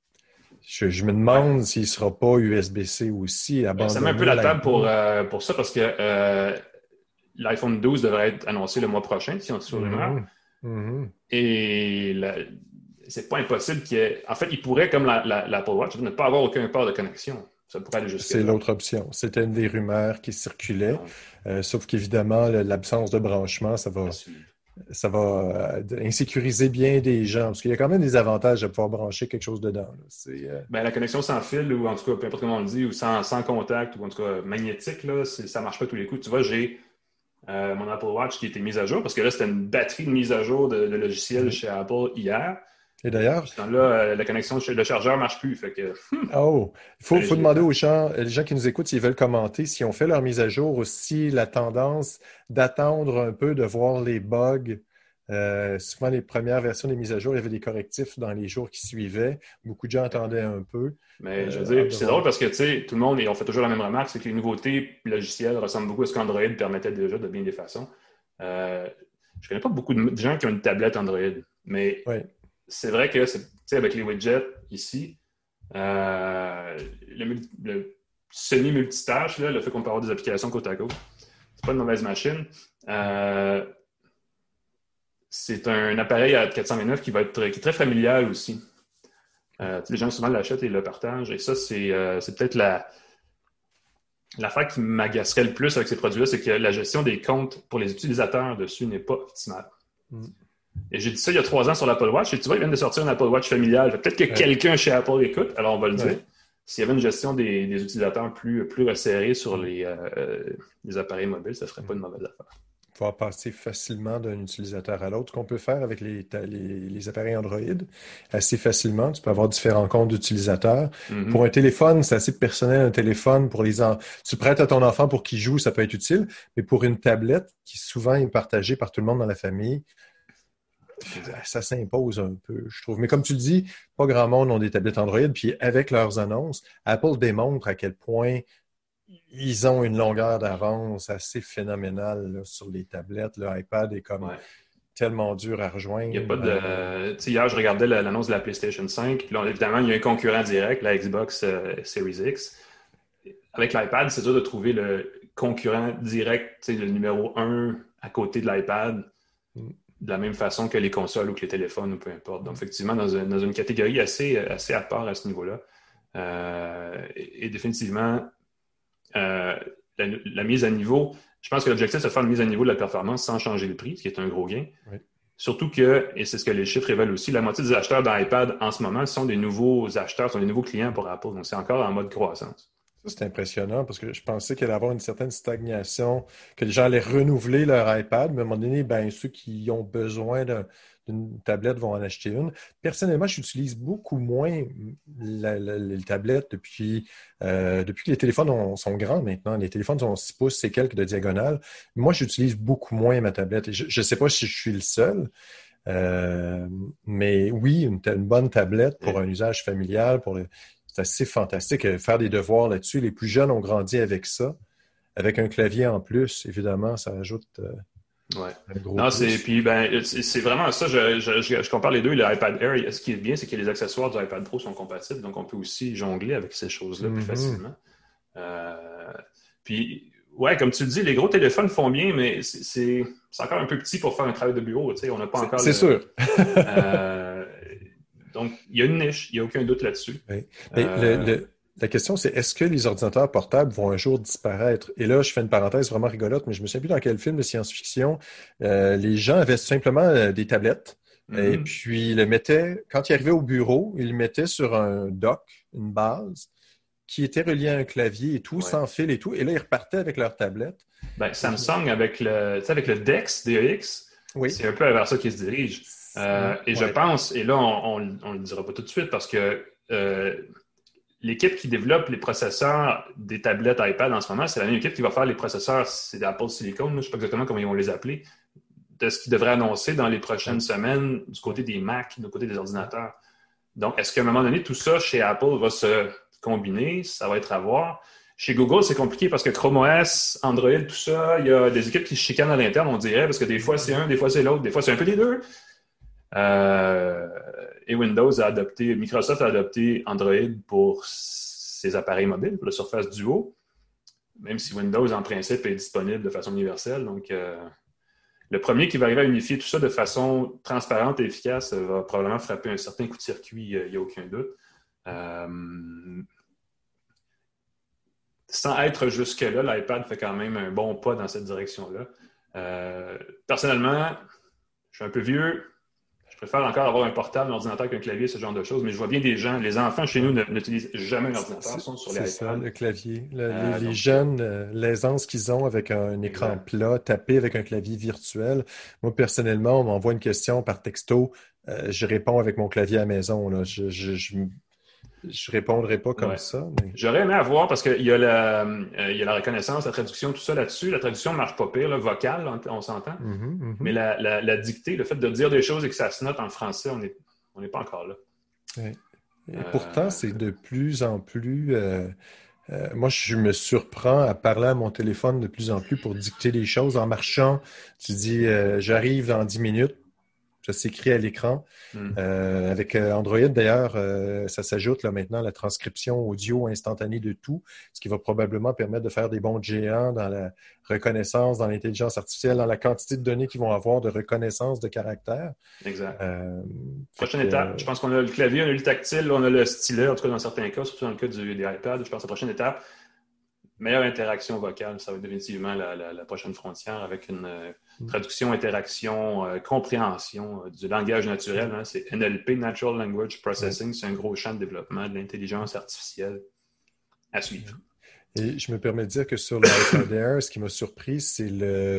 je, je me demande ouais. s'il ne sera pas U S B-C aussi. Ben, ça met un peu la table pour, euh, pour ça parce que euh, l'iPhone douze devrait être annoncé le mois prochain, si on est sur rumeur. Mm-hmm. Mm-hmm. Et la, c'est pas impossible qu'il y ait... En fait, il pourrait, comme la, la, l'Apple Watch, ne pas avoir aucun port de connexion. Ça pourrait aller jusqu'à C'est là. l'autre option. C'était une des rumeurs qui circulaient, Donc, euh, sauf qu'évidemment, le- l'absence de branchement, ça va, à suivre. ça va euh, insécuriser bien des gens, parce qu'il y a quand même des avantages de pouvoir brancher quelque chose dedans. Là. C'est, euh, Ben, la connexion sans fil, ou en tout cas, peu importe comment on le dit, ou sans, sans contact, ou en tout cas magnétique, là, c'est, ça marche pas tous les coups. Tu vois, j'ai euh, mon Apple Watch qui a été mise à jour, parce que là, c'était une batterie de mise à jour de, de logiciel Oui. chez Apple hier. Et d'ailleurs, Puis, ce temps-là, euh, la connexion, chez le chargeur ne marche plus. Fait que, oh, il faut, fallait que faut je demander l'éteins. aux gens, les gens qui nous écoutent, s'ils veulent commenter, s'ils ont fait leur mise à jour, aussi la tendance d'attendre un peu, de voir les bugs. Euh, souvent, les premières versions des mises à jour, il y avait des correctifs dans les jours qui suivaient. Beaucoup de gens attendaient un peu. Mais je veux Euh, dire, hâte puis de c'est voir. drôle parce que, tu sais, tout le monde, et on fait toujours la même remarque, c'est que les nouveautés logicielles ressemblent beaucoup à ce qu'Android permettait déjà de bien des façons. Euh, je connais pas beaucoup de gens qui ont une tablette Android, mais Oui, c'est vrai que, c'est, tu sais, avec les widgets ici, euh, le, mul- le semi-multitâche, là, le fait qu'on peut avoir des applications côte à côte, c'est pas une mauvaise machine. Euh, c'est un appareil à quatre cent vingt-neuf qui va être très, qui est très familial aussi. Euh, tu sais, les gens souvent l'achètent et le partagent. Et ça, c'est, euh, c'est peut-être la, l'affaire qui m'agacerait le plus avec ces produits-là, c'est que la gestion des comptes pour les utilisateurs dessus n'est pas optimale. Mm. Et j'ai dit ça il y a trois ans sur l'Apple Watch. Et tu vois, ils viennent de sortir un Apple Watch familial. Peut-être que Ouais. quelqu'un chez Apple écoute, alors on va le dire. Ouais. S'il y avait une gestion des, des utilisateurs plus, plus resserrée sur Mm. les, euh, les appareils mobiles, ça ne serait pas une mauvaise affaire. Pouvoir passer facilement d'un utilisateur à l'autre, qu'on peut faire avec les, ta- les, les appareils Android assez facilement. Tu peux avoir différents comptes d'utilisateurs. Mm-hmm. Pour un téléphone, c'est assez personnel, un téléphone. Pour les en... Tu prêtes à ton enfant pour qu'il joue, ça peut être utile. Mais pour une tablette, qui souvent est partagée par tout le monde dans la famille, ça s'impose un peu, je trouve. Mais comme tu le dis, pas grand monde ont des tablettes Android. Puis avec leurs annonces, Apple démontre à quel point ils ont une longueur d'avance assez phénoménale là, sur les tablettes. Le iPad est comme Ouais. tellement dur à rejoindre. Il y a pas de. Euh, Tu sais, hier, je regardais la- l'annonce de la PlayStation cinq. Puis là, évidemment, il y a un concurrent direct, la Xbox euh, Series X. Avec l'iPad, c'est dur de trouver le concurrent direct, tu sais, le numéro un à côté de l'iPad, Mm. de la même façon que les consoles ou que les téléphones ou peu importe. Donc, effectivement, dans, un- dans une catégorie assez, assez à part à ce niveau-là. Euh, et, et définitivement, euh, la, la mise à niveau, je pense que l'objectif, c'est de faire une mise à niveau de la performance sans changer le prix, ce qui est un gros gain. Oui. Surtout que, et c'est ce que les chiffres révèlent aussi, la moitié des acheteurs d'iPad en ce moment sont des nouveaux acheteurs, sont des nouveaux clients pour Apple. Donc, c'est encore en mode croissance. Ça, c'est impressionnant parce que je pensais qu'il allait y avoir une certaine stagnation, que les gens allaient renouveler leur iPad, mais à un moment donné, ben, ceux qui ont besoin d'un- d'une tablette vont en acheter une. Personnellement, j'utilise beaucoup moins la- la- les tablettes depuis, euh, depuis que les téléphones ont- sont grands maintenant. Les téléphones ont six pouces et quelques de diagonale. Moi, j'utilise beaucoup moins ma tablette. Et je ne sais pas si je suis le seul, euh, mais oui, une, ta- une bonne tablette pour un usage familial, pour le- c'est assez fantastique. Euh, Faire des devoirs là-dessus. Les plus jeunes ont grandi avec ça. Avec un clavier en plus, évidemment, ça ajoute euh, Ouais. un gros Non, plus. c'est puis ben c'est c'est vraiment ça. Je, je, je, je compare les deux. Le iPad Air, ce qui est bien, c'est que les accessoires du iPad Pro sont compatibles, donc on peut aussi jongler avec ces choses-là plus Mhm. facilement. Euh, puis ouais, comme tu le dis, les gros téléphones font bien, mais c'est c'est c'est encore un peu petit pour faire un travail de bureau. Tu sais, on n'a pas C'est encore c'est le. sûr. euh, donc il y a une niche, il n'y a aucun doute là-dessus. Oui. Mais le- Euh, le- la question, c'est est-ce que les ordinateurs portables vont un jour disparaître? Et là, je fais une parenthèse vraiment rigolote, mais je me souviens plus dans quel film de science-fiction, euh, les gens avaient simplement euh, des tablettes et mhm. puis ils le mettaient, quand ils arrivaient au bureau, ils le mettaient sur un dock, une base, qui était reliée à un clavier et tout, Ouais. sans fil et tout. Et là, ils repartaient avec leur tablette. Ben, Samsung avec le, tu sais, avec le Dex, D E X, Oui. c'est un peu vers ça qu'ils se dirigent. Euh, et je Ouais. pense, et là, on ne le dira pas tout de suite parce que euh, l'équipe qui développe les processeurs des tablettes iPad en ce moment, c'est la même équipe qui va faire les processeurs, c'est Apple Silicon, là, je ne sais pas exactement comment ils vont les appeler, de ce qu'ils devraient annoncer dans les prochaines semaines du côté des Mac, du côté des ordinateurs. Donc, est-ce qu'à un moment donné, tout ça chez Apple va se combiner? Ça va être à voir. Chez Google, c'est compliqué parce que Chrome O S, Android, tout ça, il y a des équipes qui se chicanent à l'interne, on dirait, parce que des fois c'est un, des fois c'est l'autre, des fois c'est un peu les deux. Euh, et Windows a adopté, Microsoft a adopté Android pour ses appareils mobiles, pour le Surface Duo, même si Windows, en principe, est disponible de façon universelle. Donc, euh, le premier qui va arriver à unifier tout ça de façon transparente et efficace va probablement frapper un certain coup de circuit, il n'y a aucun doute. Euh, sans être jusque-là, l'iPad fait quand même un bon pas dans cette direction-là. Euh, personnellement, je suis un peu vieux. Je préfère encore avoir un portable, un ordinateur qu'un clavier, ce genre de choses, mais je vois bien des gens, les enfants chez nous n'utilisent jamais un ordinateur, ils sont sur les iPads. C'est ça, le clavier. Le, euh, les, les donc, jeunes, euh, l'aisance qu'ils ont avec un écran exact. plat, tapé avec un clavier virtuel. Moi, personnellement, on m'envoie une question par texto, euh, je réponds avec mon clavier à la maison. Là. Je, je, je, je répondrai pas comme ouais. ça. Mais... J'aurais aimé avoir, parce qu'il y, euh, y a la reconnaissance, la traduction, tout ça là-dessus. La traduction ne marche pas pire, là, vocale, on, on s'entend. Mm-hmm, mm-hmm. Mais la, la, la dictée, le fait de dire des choses et que ça se note en français, on n'est on n'est pas encore là. Ouais. Et euh... pourtant, c'est de plus en plus... Euh, euh, moi, je me surprends à parler à mon téléphone de plus en plus pour dicter des choses. En marchant, tu dis euh, « j'arrive dans dix minutes ». Ça s'écrit à l'écran. Mm. Euh, avec Android, d'ailleurs, euh, ça s'ajoute là maintenant la transcription audio instantanée de tout, ce qui va probablement permettre de faire des bonds géants dans la reconnaissance, dans l'intelligence artificielle, dans la quantité de données qu'ils vont avoir de reconnaissance de caractère. Exact. Euh, prochaine que, étape, euh... je pense qu'on a le clavier, on a le tactile, on a le stylet, en tout cas dans certains cas, surtout dans le cas du, des iPads. Je pense que la prochaine étape, meilleure interaction vocale, ça va être définitivement la, la, la prochaine frontière avec une euh, traduction, interaction, euh, compréhension euh, du langage naturel. Hein, c'est N L P, Natural Language Processing. Ouais. C'est un gros champ de développement de l'intelligence artificielle à suivre. Et je me permets de dire que sur l'iPad Air, ce qui m'a surpris, c'est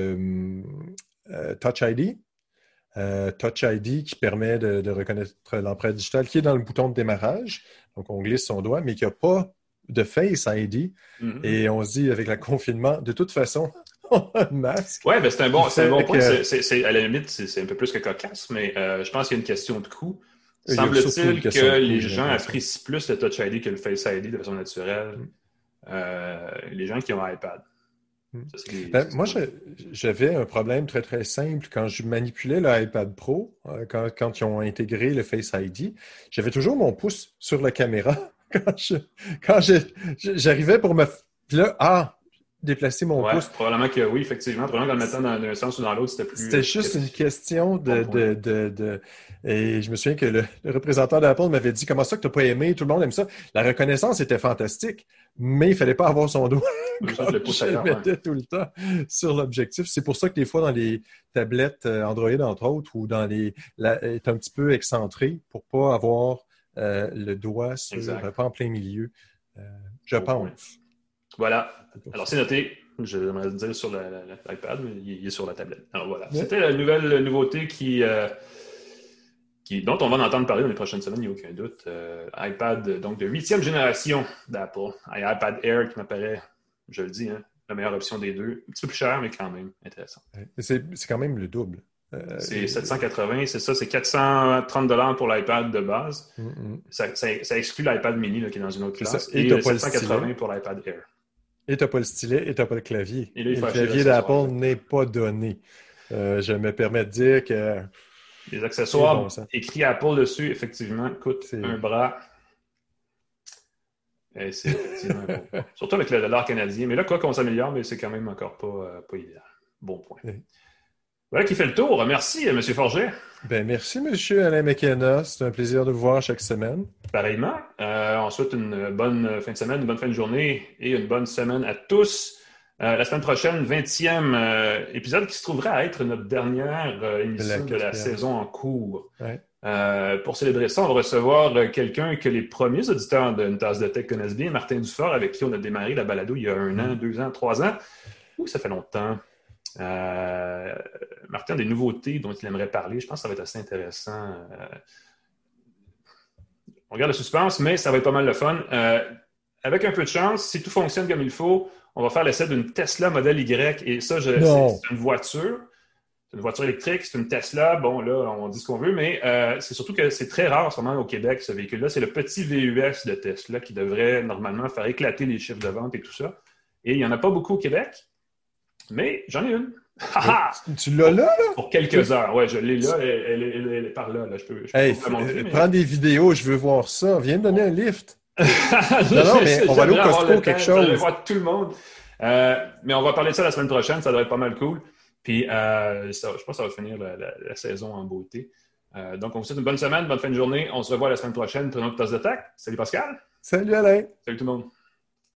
le euh, Touch I D. Euh, Touch I D qui permet de, de reconnaître l'empreinte digitale, qui est dans le bouton de démarrage. Donc, on glisse son doigt, mais qui n'a pas de Face I D. Mm-hmm. Et on se dit, avec le confinement, de toute façon, on a un masque. Oui, ben c'est un bon, c'est un bon point. Que... C'est, c'est, à la limite, c'est, c'est un peu plus que cocasse, mais euh, je pense qu'il y a une question de coût. Semble-t-il que les gens apprécient plus le Touch I D que le Face I D de façon naturelle. Mm. Euh, les gens qui ont un iPad. Mm. Ça, les, ben, moi, je, j'avais un problème très, très simple. Quand je manipulais l'iPad Pro, euh, quand, quand ils ont intégré le Face I D, j'avais toujours mon pouce sur la caméra. Quand, je, quand je, j'arrivais pour me... Puis là, ah, déplacer mon ouais, pouce. Probablement que oui, effectivement. Probablement qu'en le mettant dans un sens ou dans l'autre, c'était plus... C'était juste une question de... Bon de, de, de... Et je me souviens que le, le représentant d'Apple m'avait dit « Comment ça que tu n'as pas aimé? Tout le monde aime ça. » La reconnaissance était fantastique, mais il ne fallait pas avoir son doigt comme le pouce je ailleurs, mettais ouais. tout le temps sur l'objectif. C'est pour ça que des fois, dans les tablettes Android, entre autres, ou dans les... La, est un petit peu excentré pour ne pas avoir... Euh, le doigt sur, pas en plein milieu, euh, je oh, pense. Ouais. Voilà. Alors, c'est noté. J'aimerais le dire sur la, la, la, l'iPad, mais il est sur la tablette. Alors, voilà. Ouais. C'était la nouvelle nouveauté qui, euh, qui, dont on va en entendre parler dans les prochaines semaines, il n'y a aucun doute. Euh, iPad, donc, de huitième génération d'Apple. Un iPad Air qui m'apparaît, je le dis, hein, la meilleure option des deux. Un petit peu plus cher, mais quand même intéressant. Ouais. C'est, c'est quand même le double. Euh, c'est sept cent quatre-vingts, c'est ça, c'est quatre cent trente dollars pour l'iPad de base. Mm-hmm. Ça, ça, ça exclut l'iPad mini là, qui est dans une autre classe. Et, et sept cent quatre-vingts pour l'iPad Air. Et tu n'as pas le stylet et tu n'as pas le clavier. Et là, il faut et le clavier d'Apple n'est pas donné. Euh, je me permets de dire que... Les accessoires bon, écrits Apple dessus, effectivement, coûtent c'est... un bras. Et c'est effectivement bon. Surtout avec le dollar canadien. Mais là, quoi qu'on s'améliore, mais c'est quand même encore pas, euh, pas idéal. Bon point. Oui. Voilà qui fait le tour. Merci, M. Forget. Ben, merci, M. Alain McKenna. C'est un plaisir de vous voir chaque semaine. Pareillement. Euh, on souhaite une bonne fin de semaine, une bonne fin de journée et une bonne semaine à tous. Euh, la semaine prochaine, vingtième euh, épisode qui se trouverait à être notre dernière euh, émission de la, de la saison en cours. Ouais. Euh, pour célébrer ça, on va recevoir quelqu'un que les premiers auditeurs d'une tasse de tech connaissent bien, Martin Dufort, avec qui on a démarré la balado il y a un an, deux ans, trois ans. Ouh, ça fait longtemps. Euh, Martin a des nouveautés dont il aimerait parler. Je pense que ça va être assez intéressant. Euh, on regarde le suspense, mais ça va être pas mal le fun. Euh, avec un peu de chance, si tout fonctionne comme il faut, on va faire l'essai d'une Tesla Model Y. Et ça, je, c'est, c'est une voiture. C'est une voiture électrique, c'est une Tesla. Bon, là, on dit ce qu'on veut, mais euh, c'est surtout que c'est très rare en ce moment au Québec, ce véhicule-là. C'est le petit V U S de Tesla qui devrait normalement faire éclater les chiffres de vente et tout ça. Et il n'y en a pas beaucoup au Québec. Mais j'en ai une. Tu l'as là, là? Pour quelques heures. Ouais, je l'ai là. Elle, elle, elle, elle est par là. là. Je peux, je peux hey, vous la montrer. Prends mais... des vidéos, je veux voir ça. Viens me donner un lift. non, non, mais on va aller au Costco, quelque chose. Je vais voir tout le monde. Euh, mais on va parler de ça la semaine prochaine. Ça devrait être pas mal cool. Puis, euh, ça, je pense que ça va finir la, la, la saison en beauté. Euh, donc, on vous souhaite une bonne semaine, bonne fin de journée. On se revoit la semaine prochaine pour une autre tasse de tac. Salut Pascal. Salut Alain. Salut tout le monde.